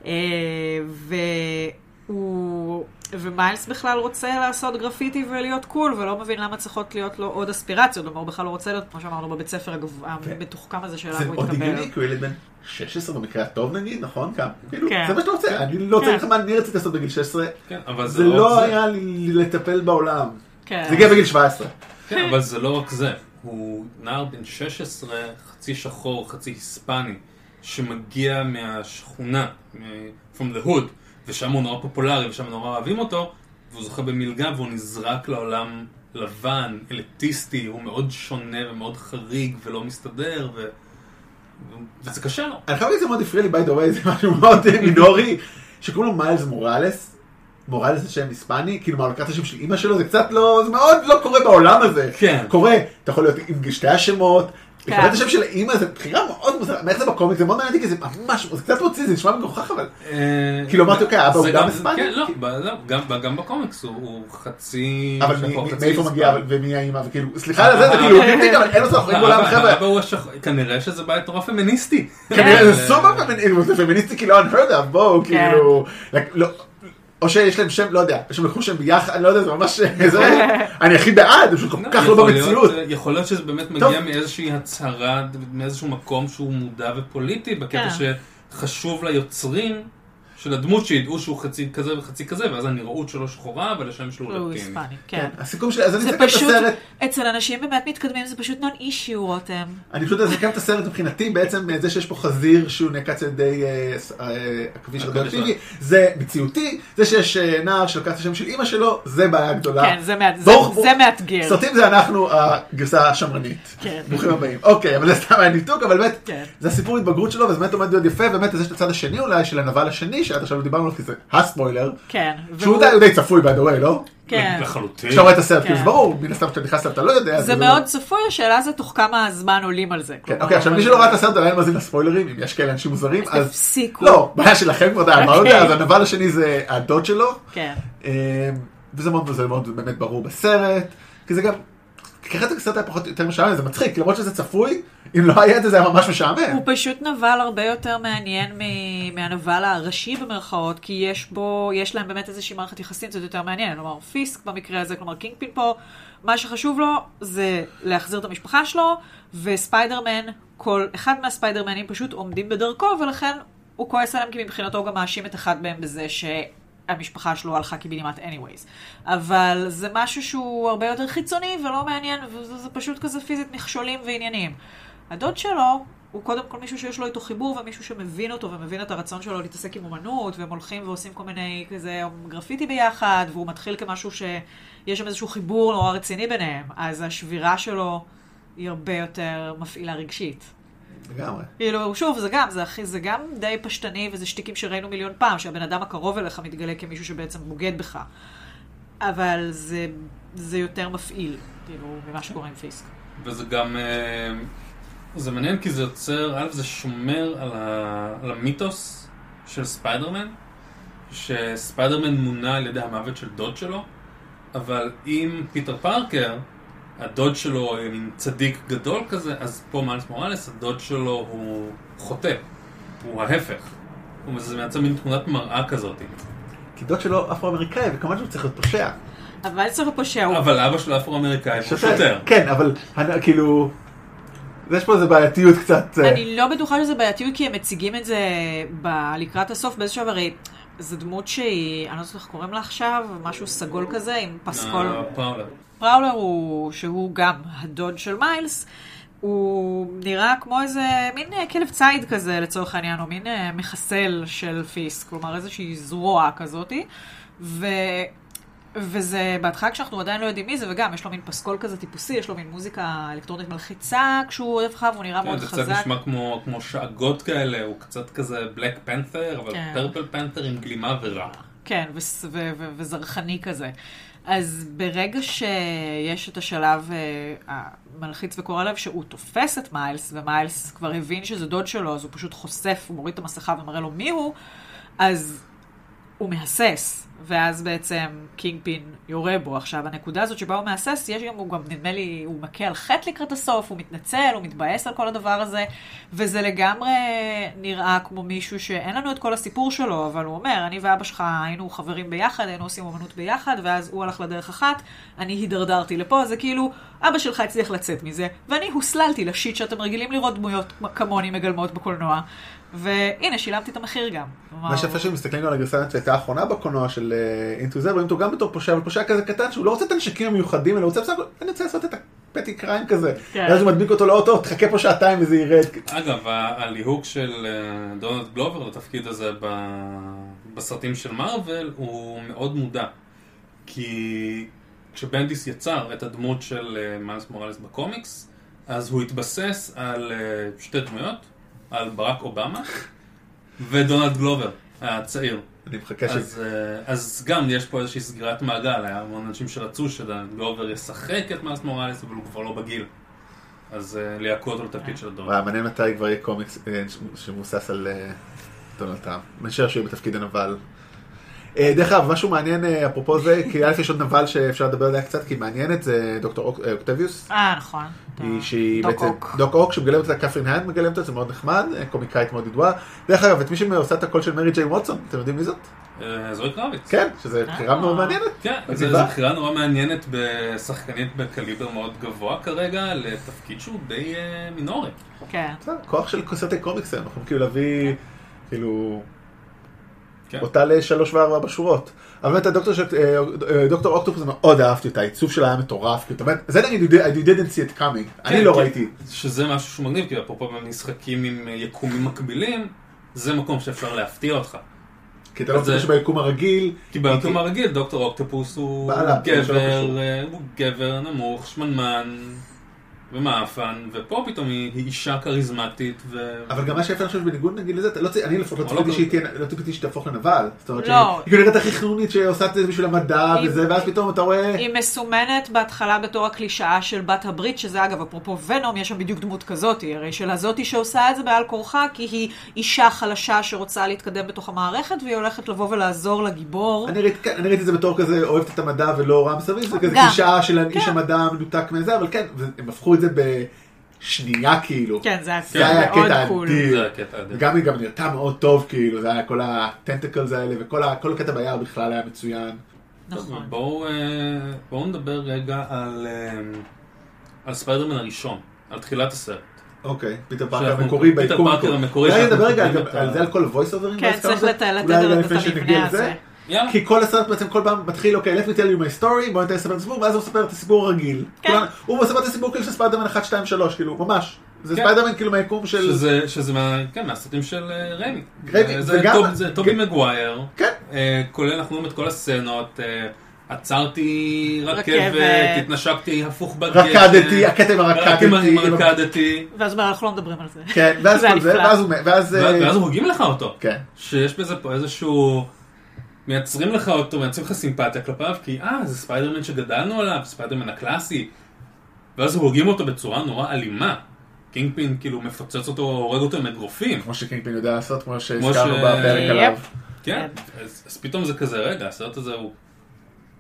ומיילס בכלל רוצה לעשות גרפיטי ולהיות קול, ולא מבין למה צריכות להיות לו עוד אספירציות, הוא בכלל לא רוצה להיות, כמו שאמרנו, בבית ספר המתוחכם הזה שאליו הוא התקבל. זה עוד הגיוני, כי הוא ילד בן 16 במקרה הטוב נגיד, נכון? זה מה שאתה רוצה, אני לא צריך מה, אני רציתי לעשות בגיל 16, זה לא היה לי לטפל בעולם, זה הגיע בגיל 17. כן, אבל זה לא רק זה, הוא נער בן 16, חצי שחור, חצי היספני, שמגיע מהשכונה, from the hood, ושם הוא נורא פופולרי, ושם נורא אוהבים אותו, והוא זוכה במלגה, והוא נזרק לעולם לבן, אליטיסטי, הוא מאוד שונה ומאוד חריג ולא מסתדר, וזה קשה לו. אני חייב להגיד, זה מאוד הפריע לי, by the way, זה משהו מאוד מינורי, שקוראים לו מיילס מוראלס, מוראלס זה שם היספני, כאילו מה, לקחת השם של אמא שלו, זה קצת לא, זה מאוד לא קורה בעולם הזה. כן. קורה, אתה יכול להיות עם שתי השמות, לקרוא את השם של אמא, זה בחירה מאוד מוזרה, מאיך זה בקומיק, זה מאוד מעניין אותי, כי זה ממש, זה קצת מוציא, זה נשמע מגוחך, אבל... כאילו אמרתי, אוקיי, אבא הוא גם היספני? כן, לא, גם בקומיקס הוא חצי... אבל מאיפה מגיע, ומי האמא, וכאילו, סליחה על זה, זה כאילו, אבל אין לו אחרים בעולם, חבר'ה. אבא הוא כנראה שזה בית נורא פמיניסטי. כנראה, זה סופר פמיניסטי, כאילו, unheard of, בואו, כאילו... או שיש להם שם, לא יודע, יש להם לקחו שם ביחד, אני לא יודע, זה ממש, אני הכי בעד, זה כל כך לא במציאות. יכול להיות שזה באמת מגיע מאיזושהי הצהרה, מאיזשהו מקום שהוא מודע ופוליטי, בקטע שחשוב ליוצרים של הדמות שידעו שהוא חצי כזה וחצי כזה, ואז הנראות שלו שחורה, ולשם שלו לטין. כן. הסיכום שלי, אז אני אסכם את הסרט. אצל אנשים באמת מתקדמים, זה פשוט נון אישיו, רותם. אני פשוט אסכם את הסרט מבחינתי, בעצם זה שיש פה חזיר שהוא נעקץ על ידי הכביש הרדיואקטיבי, זה מציאותי, זה שיש נער שלקח את השם של אמא שלו, זה בעיה גדולה. כן, זה מאתגר. סרטים זה אנחנו הגרסה השמרנית. כן. ברוכים הבאים. אוקיי, אבל זה סתם היה ניתוק, אבל באמת, זה הסיפור התבגרות שלו, וזה באמת עומד להיות יפה, באמת יש את הצד השני אולי של הנבל השני, שעד עכשיו דיברנו עליו, כי זה הספוילר. כן. שהוא די צפוי by the way, לא? כן. לחלוטין. כשאתה רואה את הסרט, כי זה ברור, מן הסתם כשאתה נכנס אתה לא יודע. זה מאוד צפוי, השאלה זה תוך כמה זמן עולים על זה. כן, אוקיי, עכשיו מי שלא ראה את הסרט עדיין מזין לספוילרים, אם יש כאלה אנשים מוזרים, אז... תפסיקו. לא, בעיה שלכם כבר די, מה יודע, אז הנבל השני זה הדוד שלו. כן. וזה מאוד באמת ברור בסרט, כי זה גם... ככה את הסרט היה פחות יותר משעמם, זה מצחיק, למרות שזה צפוי, אם לא היה את זה, זה היה ממש משעמם. הוא פשוט נבל הרבה יותר מעניין מהנבל הראשי במרכאות, כי יש להם באמת איזושהי מערכת יחסים, זה יותר מעניין. כלומר, פיסק במקרה הזה, כלומר, קינגפין פה, מה שחשוב לו זה להחזיר את המשפחה שלו, וספיידרמן, כל אחד מהספיידרמנים פשוט עומדים בדרכו, ולכן הוא כועס עליהם, כי מבחינתו הוא גם מאשים את אחד מהם בזה המשפחה שלו הלכה קיבינימט anyways. אבל זה משהו שהוא הרבה יותר חיצוני ולא מעניין, וזה פשוט כזה פיזית מכשולים ועניינים. הדוד שלו הוא קודם כל מישהו שיש לו איתו חיבור, ומישהו שמבין אותו ומבין את הרצון שלו להתעסק עם אומנות, והם הולכים ועושים כל מיני כזה גרפיטי ביחד, והוא מתחיל כמשהו שיש שם איזשהו חיבור נורא רציני ביניהם. אז השבירה שלו היא הרבה יותר מפעילה רגשית. לגמרי. כאילו, שוב, זה גם די פשטני, וזה שטיקים שראינו מיליון פעם, שהבן אדם הקרוב אליך מתגלה כמישהו שבעצם בוגד בך. אבל זה יותר מפעיל, כאילו, ממה שקורה עם פיסק. וזה גם, זה מעניין כי זה יוצר, זה שומר על המיתוס של ספיידרמן, שספיידרמן מונה על ידי המוות של דוד שלו, אבל אם פיטר פארקר הדוד שלו מין צדיק גדול כזה, אז פה מיילס מוראלס, הדוד שלו הוא חוטא, הוא ההפך. זה מייצר מין תמונת מראה כזאת. כי דוד שלו אפרו-אמריקאי, וכמובן שהוא צריך להיות פושע. אבל צריך להיות פושע. אבל אבא שלו אפרו-אמריקאי, הוא שוטר. כן, אבל כאילו... יש פה איזה בעייתיות קצת... אני לא בטוחה שזה בעייתיות, כי הם מציגים את זה לקראת הסוף, באיזשהו הרי... זו דמות שהיא, אני לא יודעת איך קוראים לה עכשיו, משהו סגול כזה, עם פסקול... פראולר. פראולר שהוא גם הדוד של מיילס, הוא נראה כמו איזה מין כלב צייד כזה לצורך העניין, או מין מחסל של פיסק, כלומר איזושהי זרוע כזאת, וזה בהתחלה כשאנחנו עדיין לא יודעים מי זה, וגם יש לו מין פסקול כזה טיפוסי, יש לו מין מוזיקה אלקטרונית מלחיצה כשהוא אוהב חב, הוא נראה מאוד חזק. זה קצת נשמע כמו שאגות כאלה, הוא קצת כזה בלק פנת'ר, אבל פרפל פנת'ר עם גלימה ורע. כן, וזרחני כזה. אז ברגע שיש את השלב המלחיץ וקורא לב שהוא תופס את מיילס, ומיילס כבר הבין שזה דוד שלו, אז הוא פשוט חושף, הוא מוריד את המסכה ומראה לו מי הוא, אז הוא מהסס, ואז בעצם קינגפין יורה בו. עכשיו, הנקודה הזאת שבה הוא מהסס, הוא גם נדמה לי, הוא מכה על חטא לקראת הסוף, הוא מתנצל, הוא מתבאס על כל הדבר הזה, וזה לגמרי נראה כמו מישהו שאין לנו את כל הסיפור שלו, אבל הוא אומר, אני ואבא שלך היינו חברים ביחד, היינו עושים אומנות ביחד, ואז הוא הלך לדרך אחת, אני הידרדרתי לפה, זה כאילו, אבא שלך הצליח לצאת מזה, ואני הוסללתי לשיט שאתם רגילים לראות דמויות כמוני מגלמות בקולנוע, והנה, שילמתי את המחיר גם. מה שיפה שמסתכלים על הגרסה שהייתה האחרונה בקולנוע של Into the, רואים אותו גם בתור פושע, אבל פושע כזה קטן, שהוא לא רוצה את הנשקים המיוחדים, אלא הוא רוצה בסך הכל, אני רוצה לעשות את הפטי קריים כזה. ואז הוא מדביק אותו לאוטו, תחכה פה שעתיים וזה ירד. אגב, הליהוק של דונלד גלובר לתפקיד הזה בסרטים של מארוול, הוא מאוד מודע. כי כשבנדיס יצר את הדמות של מיילס מוראלס בקומיקס, אז הוא התבסס על שתי דמויות, על ברק אובמה ודונלד גלובר, הצעיר. אני מחכה אז גם יש פה איזושהי סגירת מעגל, היה המון אנשים שרצו שגלובר ישחק את מיילס מוראלס, אבל הוא כבר לא בגיל. אז ליעקו אותו לתפקיד של דונלד. מעניין מתי כבר יהיה קומיקס שמוסס על דונלד טראמפ. משער שהוא יהיה בתפקיד הנבל. דרך אגב, משהו מעניין אפרופו זה, כי א' יש עוד נבל שאפשר לדבר עליה קצת, כי מעניינת זה דוקטור אוקטביוס. נכון. שהיא בעצם דוק אוק, שמגלמת אותה קפרין הנד מגלמת אותה, זה מאוד נחמד, קומיקאית מאוד ידועה. דרך אגב, את מי שעושה את הקול של מרי ג'יי ווטסון, אתם יודעים מי זאת? זוהי קרביץ. כן, שזה בחירה מאוד מעניינת. כן, זו בחירה נורא מעניינת בשחקנית בקליבר מאוד גבוה כרגע, לתפקיד שהוא די מינורי. כן. כוח של סרטי קומיקס, אנחנו כאילו להביא, כאילו... אותה ל3 ו4 בשורות. אבל באמת, דוקטור אוקטופוס, מאוד אהבתי אותה, העיצוב שלה היה מטורף. זה נגיד, you didn't see it coming. אני לא ראיתי. שזה משהו שהוא מגניב, כי אפרופו במשחקים עם יקומים מקבילים, זה מקום שאפשר להפתיע אותך. כי אתה לא חושב שביקום הרגיל... כי ביקום הרגיל, דוקטור אוקטופוס הוא גבר נמוך, שמנמן ומאפן, ופה פתאום היא אישה כריזמטית אבל גם מה שיפה אני חושב בניגוד נגיד לזה, אני לפחות לא ציפיתי שתהפוך לנבל. זאת אומרת שהיא נראית הכי חנונית שעושה את זה בשביל המדע וזה, ואז פתאום אתה רואה... היא מסומנת בהתחלה בתור הקלישאה של בת הברית, שזה אגב, אפרופו ונום, יש שם בדיוק דמות כזאת, הרי של הזאתי שעושה את זה בעל כורחה, כי היא אישה חלשה שרוצה להתקדם בתוך המערכת, והיא הולכת לבוא ולעזור לגיבור. אני ראיתי את זה בתור כזה, אוהבת את המדע ולא רע מסביב, זה כזה קלישאה של איש המדע מנותק מזה, אבל כן, הם הפכו את זה בשנייה כאילו. כן, זה היה קטע אדיר. גם היא גם נראתה מאוד טוב כאילו, זה היה כל הטנטקלס האלה, וכל הקטע ביער בכלל היה מצוין. נכון. בואו נדבר רגע על ספיידרמן הראשון, על תחילת הסרט. אוקיי, פיטר פארקר המקורי ביקום. פיטר פארקר המקורי. אולי נדבר רגע על זה, על כל ה-voice overים. כן, צריך לתאר את המבנה הזה. כי כל הסרט בעצם כל פעם מתחיל, אוקיי, let me tell you my story, בוא נתן לספר את הסיפור, ואז הוא מספר את הסיפור הרגיל. הוא מספר את הסיפור כאילו של ספיידרמן 1, 2, 3, כאילו, ממש. זה ספיידרמן כאילו מהיקום של... שזה מהסרטים של רמי. זה טובי מגווייר. כן. כולל אנחנו רואים את כל הסצנות, עצרתי רכבת, התנשקתי הפוך בגשם. רקדתי, הכתם הרקדתי. ואז אנחנו לא מדברים על זה. כן, ואז כל זה, ואז הורגים לך אותו. כן. שיש בזה פה איזשהו... מייצרים לך אותו, מייצרים לך סימפתיה כלפיו, כי זה ספיידרמן שגדלנו עליו, ספיידרמן הקלאסי. ואז הורגים אותו בצורה נורא אלימה. קינגפין כאילו מפוצץ אותו, הורג אותו עם אגרופים. כמו שקינגפין יודע לעשות, כמו שהזכרנו בפרק עליו. כן, אז פתאום זה כזה רגע, הסרט הזה הוא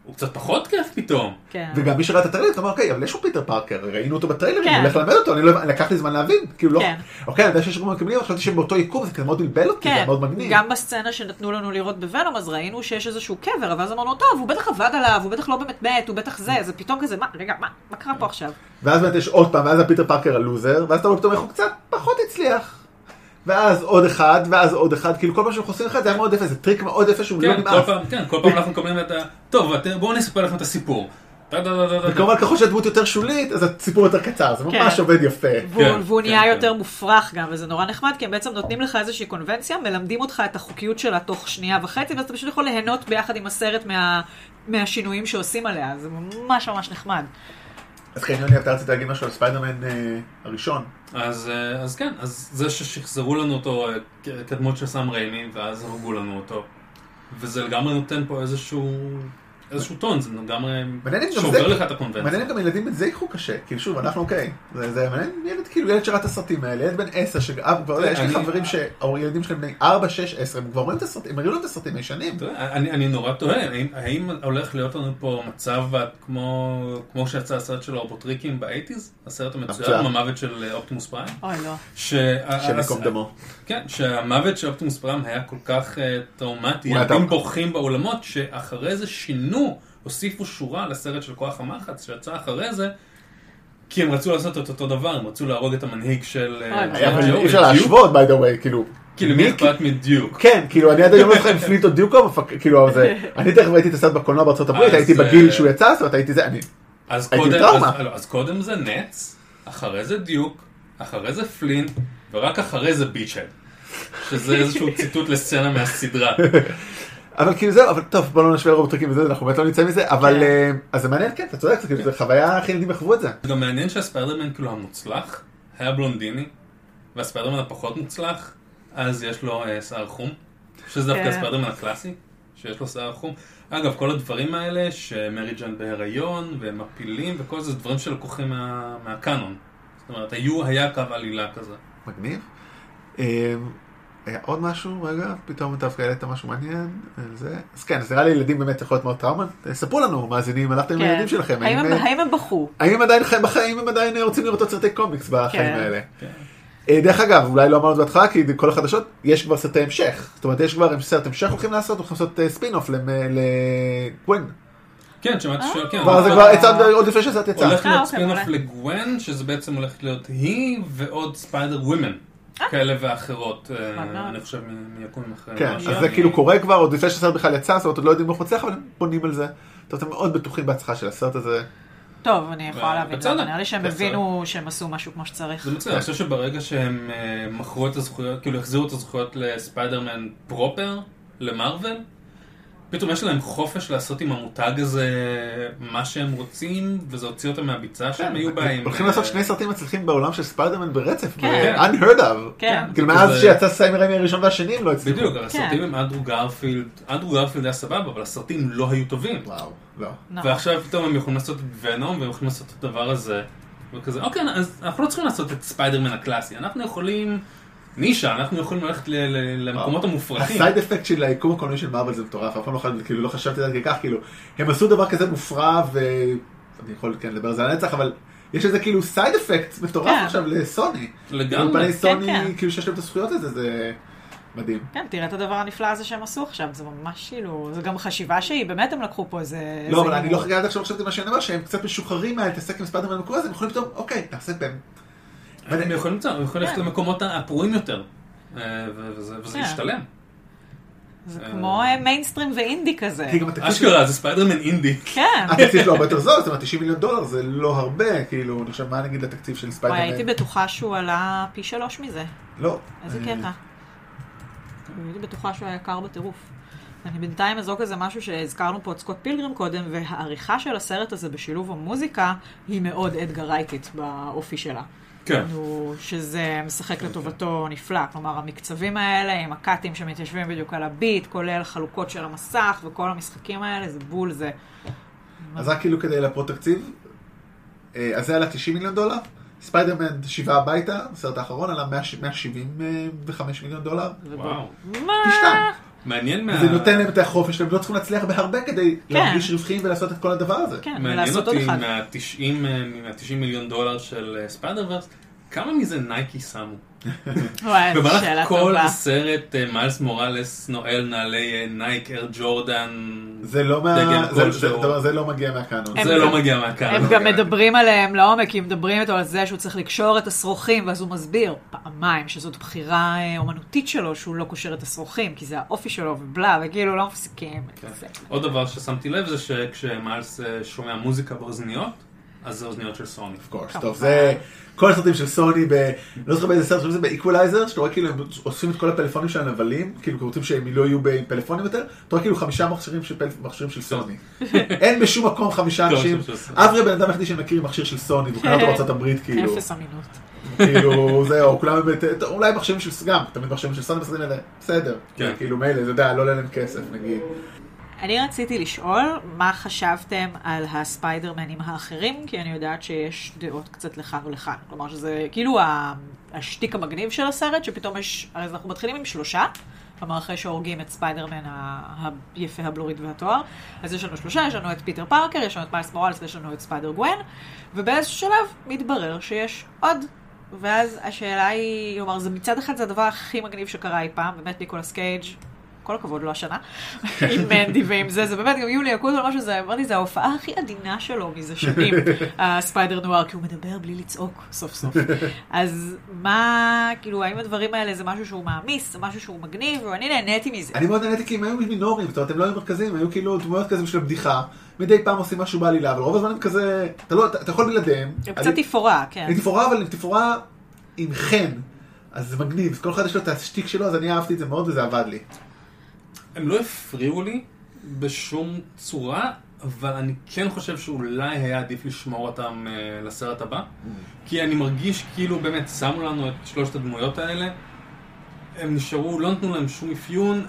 הוא קצת פחות כיף פתאום. וגם מי שראה את הטריילר, אתה אומר, אוקיי, אבל יש פה פיטר פארקר, ראינו אותו בטריילר, אני הולך ללמד אותו, לקח לי זמן להבין, כאילו לא, אוקיי, אני יודע שיש רמות מקבלים, חשבתי שבאותו עיקוב זה כזה מאוד בלבל אותי, זה מאוד מגניב. גם בסצנה שנתנו לנו לראות בוונום, אז ראינו שיש איזשהו קבר, ואז אמרנו, טוב, הוא בטח עבד עליו, הוא בטח לא באמת מת, הוא בטח זה פתאום כזה, רגע, מה קרה פה עכשיו? ואז באמת יש עוד פעם, ואז הפיטר פארקר הלוזר, ואז אתה רואה פתאום איך הוא קצת פחות הצליח. ואז עוד אחד, כאילו כל פעם שהם חוסים אחד, זה היה מאוד יפה, זה טריק מאוד יפה שהוא לא נמאס. כן, כל פעם אנחנו מקבלים את טוב, בואו נספר לכם את הסיפור. וכמובן ככל שהדמות יותר שולית, אז הסיפור יותר קצר, זה ממש עובד יפה. והוא נהיה יותר מופרך גם, וזה נורא נחמד, כי הם בעצם נותנים לך איזושהי קונבנציה, מלמדים אותך את החוקיות שלה תוך 1.5 שנייה, ואז אתה פשוט יכול ליהנות ביחד עם הסרט מהשינויים שעושים עליה, זה ממש ממש נחמד. אז כן, יוני, אתה רצית להגיד משהו על ספיידרמן הראשון. אז כן, אז זה ששחזרו לנו אותו כדמות של סם ריימי, ואז הרגו לנו אותו. וזה לגמרי נותן פה איזשהו טון, זה לגמרי שובר לך את הקונבנציה. מעניין גם ילדים את זה יקחו קשה, כאילו שוב, אנחנו אוקיי. זה מעניין ילד, כאילו ילד שראה את הסרטים האלה, ילד בן 10, יש לי חברים שהילדים שלהם בני 4, 6, 10, הם כבר רואים את הסרטים, הם הראו את הסרטים הישנים. אני נורא תוהה, האם הולך להיות לנו פה מצב כמו שיצא הסרט של הרובוטריקים ב-80s, הסרט המצוין, המוות של אופטימוס פריים? אוי לא. שנקום דמו. כן, שהמוות של אופטימוס פריים היה כל כך טראומטי, ילדים בורחים בעולמות, שאחרי זה שינו, הוסיפו שורה לסרט של כוח המחץ שיצא אחרי זה, כי הם רצו לעשות את אותו דבר, הם רצו להרוג את המנהיג של אבל אי אפשר להשוות, by the way, כאילו מי אכפת מדיוק? כן, כאילו אני עד היום לא זוכר אם פליט או דיוקו, כאילו אני תכף ראיתי את הסרט בקולנוע בארצות הברית, הייתי בגיל שהוא יצא, זאת אומרת הייתי זה, אז קודם זה נץ, אחרי זה דיוק, אחרי זה פלינט, ורק אחרי זה ביצ'הד, שזה איזשהו ציטוט לסצנה מהסדרה. אבל כאילו זהו, אבל טוב, בוא לא נשווה לרובוטריקים וזה, אנחנו באמת לא נצא מזה, אבל אז זה מעניין, כן, אתה צודק, זה חוויה הכי ילדים יחוו את זה. זה גם מעניין שהספיידרמן כאילו המוצלח היה בלונדיני, והספיידרמן הפחות מוצלח, אז יש לו שיער חום, שזה דווקא הספיידרמן הקלאסי, שיש לו שיער חום. אגב, כל הדברים האלה, שמרי ג'אן בהיריון, ומפילים, וכל זה דברים שלקוחים מהקאנון. זאת אומרת, היה קו עלילה כזה. מגניב. היה עוד משהו, רגע, פתאום אתה העלית משהו מעניין, זה. אז כן, אז נראה לי ילדים באמת יכול להיות מאוד טראומה. ספרו לנו, מאזינים, הלכתם עם הילדים שלכם. האם הם בחרו? האם הם עדיין חיים בחיים, הם עדיין רוצים לראות סרטי קומיקס בחיים האלה. דרך אגב, אולי לא אמרנו את זה בהתחלה, כי כל החדשות, יש כבר סרטי המשך. זאת אומרת, יש כבר סרט המשך הולכים לעשות, הולכים לעשות ספין-אוף לגוון. כן, שמעתי כן. זה כבר יצא עוד לפני שסרט יצא. הולך להיות ספין-אוף לגוון, שזה בעצם הולך להיות היא ועוד ספיידר ווימן. כאלה ואחרות, אני חושב מיקומים אחרים. כן, אז זה כאילו קורה כבר, עוד לפני שהסרט בכלל יצא, זאת אומרת, עוד לא יודעים איך הוא צליח, אבל הם פונים על זה. אתם מאוד בטוחים בהצלחה של הסרט הזה. טוב, אני יכולה להבין, נראה לי שהם הבינו שהם עשו משהו כמו שצריך. זה מצוין, אני חושב שברגע שהם מכרו את הזכויות, כאילו החזירו את הזכויות לספיידרמן פרופר, למרוול, פתאום יש להם חופש לעשות עם המותג הזה מה שהם רוצים, וזה הוציא אותם מהביצה שהם היו בהם. הולכים לעשות 2 סרטים מצליחים בעולם של ספיידרמן ברצף, unheard of. כאילו מאז שיצא סיים ריימי הראשון והשני הם לא הצליחו. בדיוק, הסרטים עם אנדרו גרפילד היה סבבה, אבל הסרטים לא היו טובים. וואו, לא. ועכשיו פתאום הם יכולים לעשות את ונום, והם יכולים לעשות את הדבר הזה, וכזה, אוקיי, אז אנחנו לא צריכים לעשות את ספיידרמן הקלאסי, אנחנו יכולים... נישה, אנחנו יכולים ללכת למקומות המופרכים. הסייד אפקט של היקום הקולנועי של מארוול זה מטורף, אף פעם לא חשבתי על זה כך, כאילו, הם עשו דבר כזה מופרע, ואני יכול לדבר על זה על הנצח, אבל יש איזה כאילו סייד אפקט מטורף עכשיו לסוני. לגמרי. פני סוני, כאילו שיש להם את הזכויות הזה, זה מדהים. כן, תראה את הדבר הנפלא הזה שהם עשו עכשיו, זה ממש כאילו, זה גם חשיבה שהיא, באמת הם לקחו פה איזה... לא, אבל אני לא חגעת עכשיו חשבתי מה שאני אומר, שהם קצת משוחררים מהלהתעסק עם ספיידרמן המקורי הזה, הם יכולים פתאום, אוקיי, תעשה בהם. הם יכולים ללכת למקומות הפרועים יותר, וזה ישתלם. זה כמו מיינסטרים ואינדי כזה. אשכרה, זה ספיידרמן אינדי. כן. התקציב שלו הרבה יותר זול, זאת אומרת, $90 מיליון, זה לא הרבה, כאילו, אני חושב, מה נגיד לתקציב של ספיידרמן? הייתי בטוחה שהוא עלה פי 3 מזה. לא. איזה קטע. הייתי בטוחה שהוא היה יקר בטירוף. אני בינתיים אזרוק איזה משהו שהזכרנו פה את סקוט פילגרים קודם, והעריכה של הסרט הזה בשילוב המוזיקה היא מאוד אדגר רייטית באופי שלה. כן. שזה משחק לטובתו נפלא. כלומר, המקצבים האלה עם הקאטים שמתיישבים בדיוק על הביט, כולל חלוקות של המסך וכל המשחקים האלה, זה בול זה. אז רק כאילו כדי להפרות תקציב, אז זה עלה $90 מיליון, ספיידרמן 7 הביתה, הסרט האחרון עלה $175 מיליון. וואו. מה? מעניין זה נותן להם את החופש, הם לא צריכים להצליח בהרבה כדי להרגיש רווחים ולעשות את כל הדבר הזה. מעניין אותי מה-90 מיליון דולר של ספיידר-ורס, כמה מזה נייקי שמו? במהלך כל הסרט, מיילס מוראלס נועל נעלי נייק, אר ג'ורדן, זה לא מגיע מהקאנון. זה לא מגיע מהקאנון. הם גם מדברים עליהם לעומק, כי הם מדברים איתו על זה שהוא צריך לקשור את השרוכים, ואז הוא מסביר פעמיים שזאת בחירה אומנותית שלו, שהוא לא קושר את השרוכים, כי זה האופי שלו ובלה, וכאילו לא מפסיקים את זה. עוד דבר ששמתי לב זה שכשמיילס שומע מוזיקה באוזניות, אז זה אוזניות של סוני. טוב, זה כל הסרטים של סוני, לא זוכר באיזה סרט, זה באיקווליזר, שאתה רואה כאילו הם אוספים את כל הפלאפונים של הנבלים, כאילו רוצים שהם לא יהיו בפלאפונים יותר, אתה רואה כאילו 5 מכשירים של סוני. אין בשום מקום 5 אנשים, אברי בן אדם היחידי שמכיר מכשיר של סוני, והוא קנה אותו בארצות הברית, כאילו. אפס אמינות. כאילו, זהו, כולם באמת, אולי מכשירים של, גם, תמיד מכשירים של סוני בסרטים האלה, בסדר. כאילו, מילא, זה יודע, לא להם כסף, נגיד. אני רציתי לשאול מה חשבתם על הספיידרמנים האחרים, כי אני יודעת שיש דעות קצת לכאן ולכאן. כלומר שזה כאילו השטיק המגניב של הסרט, שפתאום יש, אז אנחנו מתחילים עם 3, כלומר אחרי שהורגים את ספיידרמן היפה, הבלורית והתואר. אז יש לנו 3, יש לנו את פיטר פארקר, יש לנו את מיילס מוראלס ויש לנו את ספיידר גוון, ובאיזשהו שלב מתברר שיש עוד. ואז השאלה היא, כלומר, זה מצד אחד זה הדבר הכי מגניב שקרה אי פעם, באמת ניקולס קייג' כל הכבוד, לא השנה, עם מנדי ועם זה באמת, גם יולי הקוד או משהו, אמרתי, זה ההופעה הכי עדינה שלו מזה שנים, הספיידר נואר, כי הוא מדבר בלי לצעוק סוף סוף. אז מה, כאילו, האם הדברים האלה זה משהו שהוא מעמיס, זה משהו שהוא מגניב, ואני נהניתי מזה. אני מאוד נהניתי כי הם היו מינוריים, זאת אומרת, הם לא היו מרכזיים, הם היו כאילו דמויות כזה של הבדיחה, מדי פעם עושים משהו בעלילה, אבל רוב הזמן הם כזה, אתה יכול בלעדיהם. הם קצת תפאורה, כן. הם תפאורה, אבל הם תפאורה עם חן, אז זה מגניב, כל אחד יש לו את השטיק שלו, אז אני אהבתי את זה מאוד וזה עבד לי. הם לא הפריעו לי בשום צורה, אבל אני כן חושב שאולי היה עדיף לשמור אותם לסרט הבא. כי אני מרגיש כאילו באמת שמו לנו את 3 הדמויות האלה, הם נשארו, לא נתנו להם שום אפיון,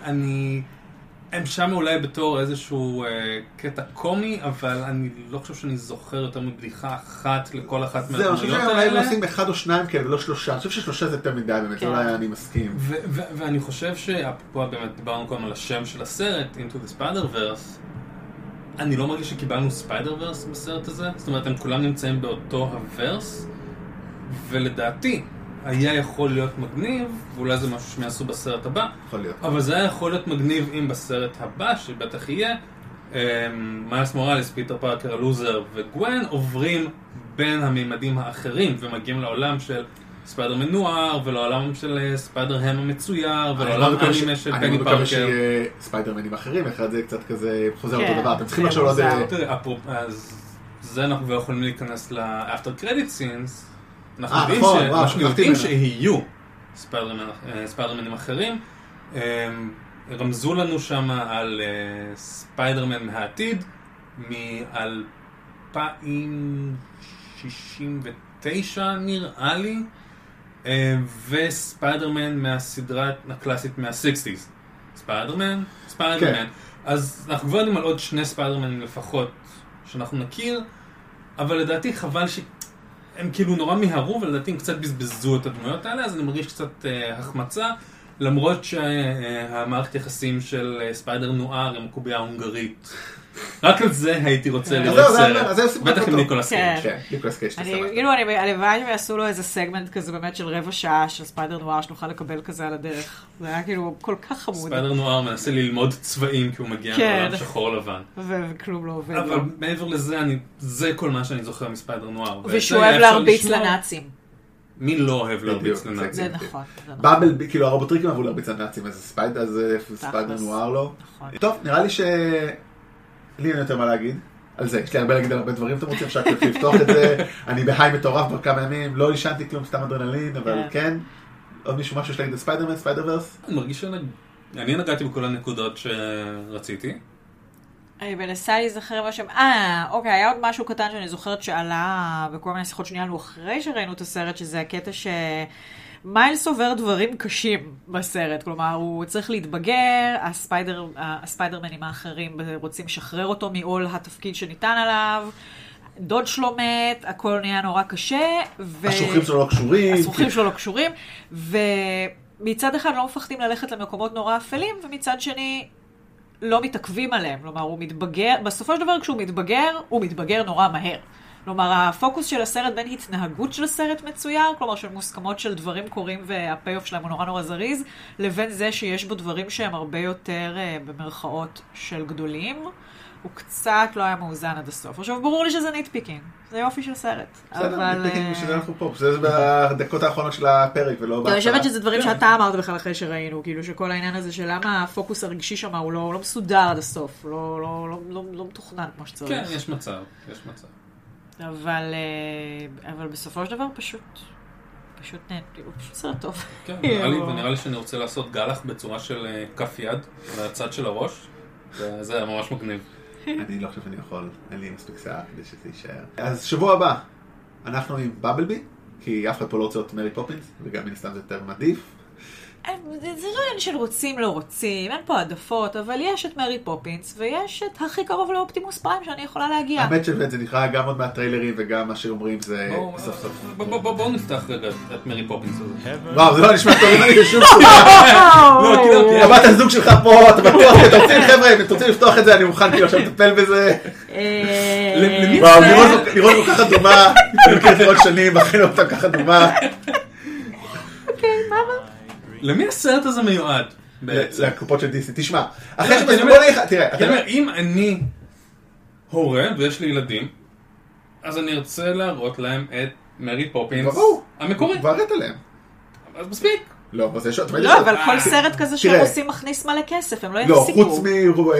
הם שם אולי בתור איזשהו קטע קומי, אבל אני לא חושב שאני זוכר יותר מבדיחה אחת לכל אחת מהדמויות האלה. זהו, אני חושב שאולי עושים 1 או 2 כאלה ולא 3. אני חושב ש3 זה יותר מדי, באמת, אולי אני מסכים. ואני חושב שאפרופו באמת דיברנו קודם על השם של הסרט, Into the Spider-Verse, אני לא מרגיש שקיבלנו Spider-Verse בסרט הזה, זאת אומרת, הם כולם נמצאים באותו הוורס, ולדעתי, היה יכול להיות מגניב, ואולי זה משהו שהם יעשו בסרט הבא, אבל זה היה יכול להיות מגניב אם בסרט הבא, שבטח יהיה, מיילס מוראלס, פיטר פארקר, לוזר וגוון עוברים בין הממדים האחרים, ומגיעים לעולם של ספיידרמן נוער, ולעולם של ספיידר-הם המצויר, ולעולם האנימה של פני פארקר. אני מקווה שיהיה ספיידרמנים אחרים, אחד זה קצת כזה חוזר אותו דבר, אתם צריכים לחשוב על זה. אז זה אנחנו כבר יכולים להיכנס ל-after credit scenes, אנחנו יודעים שיהיו ספיידרמנים אחרים. רמזו לנו שם על ספיידרמן מהעתיד מ-2069 נראה לי, וספיידרמן מהסדרה הקלאסית מה-60s. ספיידרמן. אז אנחנו כבר יודעים על עוד 2 ספיידרמנים לפחות שאנחנו נכיר, אבל לדעתי חבל הם כאילו נורא מהרו, ולדעתי הם קצת בזבזו את הדמויות האלה, אז אני מרגיש קצת החמצה, למרות שהמערכת יחסים של ספיידר נוער עם קובייה הונגרית. רק על זה הייתי רוצה לראות סרט. בטח עם ניקולס קייג'. הלוואי שהם יעשו לו איזה סגמנט כזה באמת של 15 שעה של ספיידר נוער, שנוכל לקבל כזה על הדרך. זה היה כאילו כל כך חמוד. ספיידר נוער מנסה ללמוד צבעים, כי הוא מגיע מעולם שחור לבן. וכלום לא עובד. אבל מעבר לזה, זה כל מה שאני זוכר מספיידר נוער. ושהוא אוהב להרביץ לנאצים. מי לא אוהב להרביץ לנאצים? זה נכון. באבל, כאילו הרובוטריקים אהבו להרביץ לנאצים, אז ספיידר נוער לא. טוב, נראה לי לי אין יותר מה להגיד על זה, יש לי הרבה להגיד על הרבה דברים, אתם רוצים עכשיו כדי לפתוח את זה, אני בהיי מטורף כבר כמה ימים, לא לישנתי כלום, סתם אדרנלין, אבל כן, עוד מישהו משהו להגיד על ספיידרמן, ספיידר-ורס? אני מרגיש שאני נגעתי בכל הנקודות שרציתי. אני מנסה להיזכר משהו, אוקיי, היה עוד משהו קטן שאני זוכרת שעלה בכל מיני שיחות שניהלנו אחרי שראינו את הסרט, שזה הקטע מיילס עובר דברים קשים בסרט, כלומר הוא צריך להתבגר, הספיידרמנים האחרים רוצים לשחרר אותו מעול התפקיד שניתן עליו, דוד שלו מת, הכל נהיה נורא קשה, השוחרים שלו לא קשורים, מצד אחד לא מפחדים ללכת למקומות נורא אפלים, ומצד שני לא מתעכבים עליהם. כלומר, הוא מתבגר, בסופו של דבר כשהוא מתבגר, הוא מתבגר נורא מהר. כלומר, הפוקוס של הסרט בין התנהגות של הסרט מצויר, כלומר של מוסכמות של דברים קורים והפי-אוף שלהם הוא נורא נורא זריז, לבין זה שיש בו דברים שהם הרבה יותר במרכאות של גדולים. הוא קצת לא היה מאוזן עד הסוף. עכשיו, ברור לי שזה ניטפיקינג. זה יופי של סרט. בסדר, ניטפיקינג שזה אנחנו פה. זה בדקות האחרונות של הפרק ולא בהתחלה. אני חושבת שזה דברים שאתה אמרת בכלל אחרי שראינו, כאילו שכל העניין הזה של למה הפוקוס הרגשי שם הוא לא מסודר עד הסוף, לא מתוכנן כמו שצריך. כן, יש מצב. אבל בסופו של דבר פשוט הוא פשוט סרט טוב. כן, ונראה לי שאני רוצה לעשות גלח בצורה של כף יד מהצד של הראש. זה היה ממש מגניב. אני לא חושב שאני יכול, אין לי מספיק שיער כדי שזה יישאר. אז שבוע הבא, אנחנו עם בבלבי, כי אף אחד פה לא רוצה להיות מרי פופינס, וגם מן הסתם זה יותר מעדיף. זה לא עניין של רוצים לא רוצים, אין פה עדפות, אבל יש את מרי פופינס, ויש את הכי קרוב לאופטימוס פריים שאני יכולה להגיע. האמת שבאמת זה נקרא גם עוד מהטריילרים וגם מה שאומרים זה סוף סוף. בואו נפתח רגע את מרי פופינס הזה. וואו, זה לא נשמע טוב, אני בשום סוגיה. הבת הזוג שלך פה, אתה בטוח, אתה רוצים חבר'ה, אם אתה רוצים לפתוח את זה, אני מוכן כאילו עכשיו לטפל בזה. וואו, לראות לו ככה דומה, אני מכיר לראות שנים, מכינו אותם ככה דומה. למי הסרט הזה מיועד? לקופות של דיסני, תשמע. אחרי שבוא נלך, תראה. אם אני הורה ויש לי ילדים, אז אני ארצה להראות להם את מרי פופינס המקורי. כבר הראת עליהם. אז מספיק. לא, אבל זה שוט. לא, אבל כל סרט כזה שהם עושים מכניס מלא כסף, הם לא יפסיקו. לא, חוץ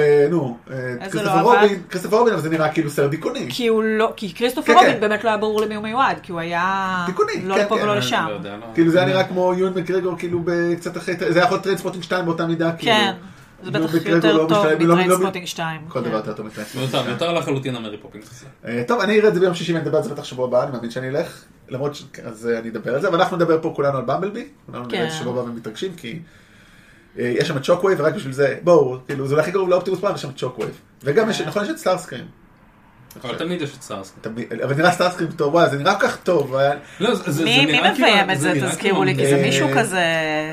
כריסטופר רובין, אבל זה נראה כאילו סרט דיכאוני. כי כריסטופר רובין באמת לא היה ברור למי הוא מיועד, כי הוא היה לא לפה ולא לשם. כאילו זה היה נראה כמו יואן מקרגור, כאילו בקצת אחרי, זה היה יכול להיות טריינספוטינג 2 באותה מידה, כאילו. כן, זה בטח יותר טוב מטריינספוטינג 2. כל דבר יותר טוב מטריינספוטינג. יותר לחלוטין המרי פופינס. טוב, אני אראה את זה ביום שישי, אני אדבר על זה בטח שבוע הבא, אני מאמין שאני אלך, למרות אז אני אדבר על זה, אבל אנחנו נדבר פה כולנו על במבלבי, כולנו נראה את שבוע הבא ומתרגשים, כי יש שם את שוקווייב, ורק בשביל זה, בואו, כאילו, זה הולך לקרוב לאופטימוס פריים, יש שם את שוקווייב. וגם נכון, יש את סטארסקרים. אבל תמיד יש את סטארסקרים. אבל נראה סטארסקרים טוב, וואי, זה נראה כל כך טוב. מי מביים את זה, תזכירו לי, כי זה מישהו כזה...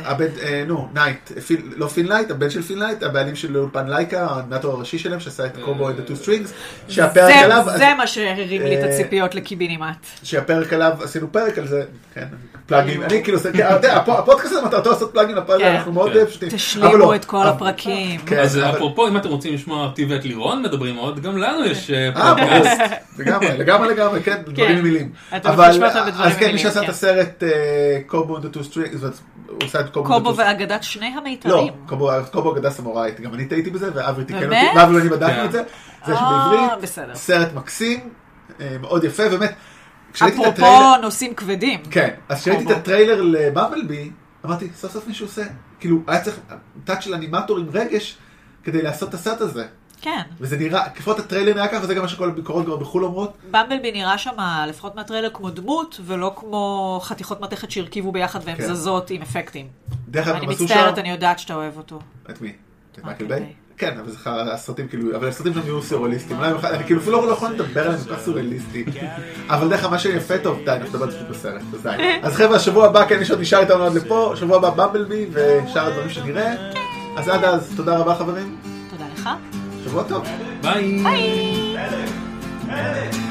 נייט, לא פין לייט, הבן של פין לייט, הבעלים של אולפן לייקה, האנימטור הראשי שלהם, שעשה את קובוי דה טו סטרינגס, שהפרק עליו... זה מה שהרים לי את הציפיות לקיבינימט. שהפרק עליו, עשינו פרק על זה, כן, פלאגים, אני כאילו, הפודקאסט הזה מטרתו לעשות פלאגים לפרק, אנחנו מאוד פשוטים. תשלימו את כל הפרקים. אז אפרופו, אם אתם רוצים לשמוע אותי ואת לירון מדברים עוד, גם לנו יש פודקאסט. לגמרי, כן, דברים מילים. אבל, אז כן, מי שעשה את הסרט קובו דה טו סטרינגס, הוא עושה את קובו ואגדת שני המיתרים. לא, קובו אגדה סמוראית, גם אני טעיתי בזה, ואברי תיקן אותי, ואברי ואני בדקנו את זה, זה שבעברית, סרט מקסים, מאוד יפה, באמת. אפרופו נושאים כבדים. כן, אז כשראיתי את הטריילר לבמבלבי, אמרתי, סוף סוף מישהו עושה, כאילו, היה צריך טאץ' של אנימטור עם רגש, כדי לעשות את הסרט הזה. כן. וזה נראה, לפחות הטריילר נראה כך, וזה גם מה שכל הביקורות כבר בחול אומרות. במבלבי נראה שם, לפחות מהטריילר, כמו דמות, ולא כמו חתיכות מתכת שהרכיבו ביחד, והן זזות עם אפקטים. אני מצטערת, אני יודעת שאתה אוהב אותו. את מי? את מייקל ביי? כן, אבל זה הסרטים כאילו, אבל הסרטים שם יהיו סוריאליסטים. אני כאילו אפילו לא יכול לדבר עליהם כל כך סוריאליסטי. אבל דרך מה שיפה טוב, די, נדבר על זה בסרט. אז חבר'ה, השבוע הבא, כן, יש עוד נשאר איתנו עד לפה, שבוע הבא במבלבי, ושאר הדברים שנראה. אז עד אז, תודה רבה חברים. תודה לך. שבוע טוב. ביי. ביי.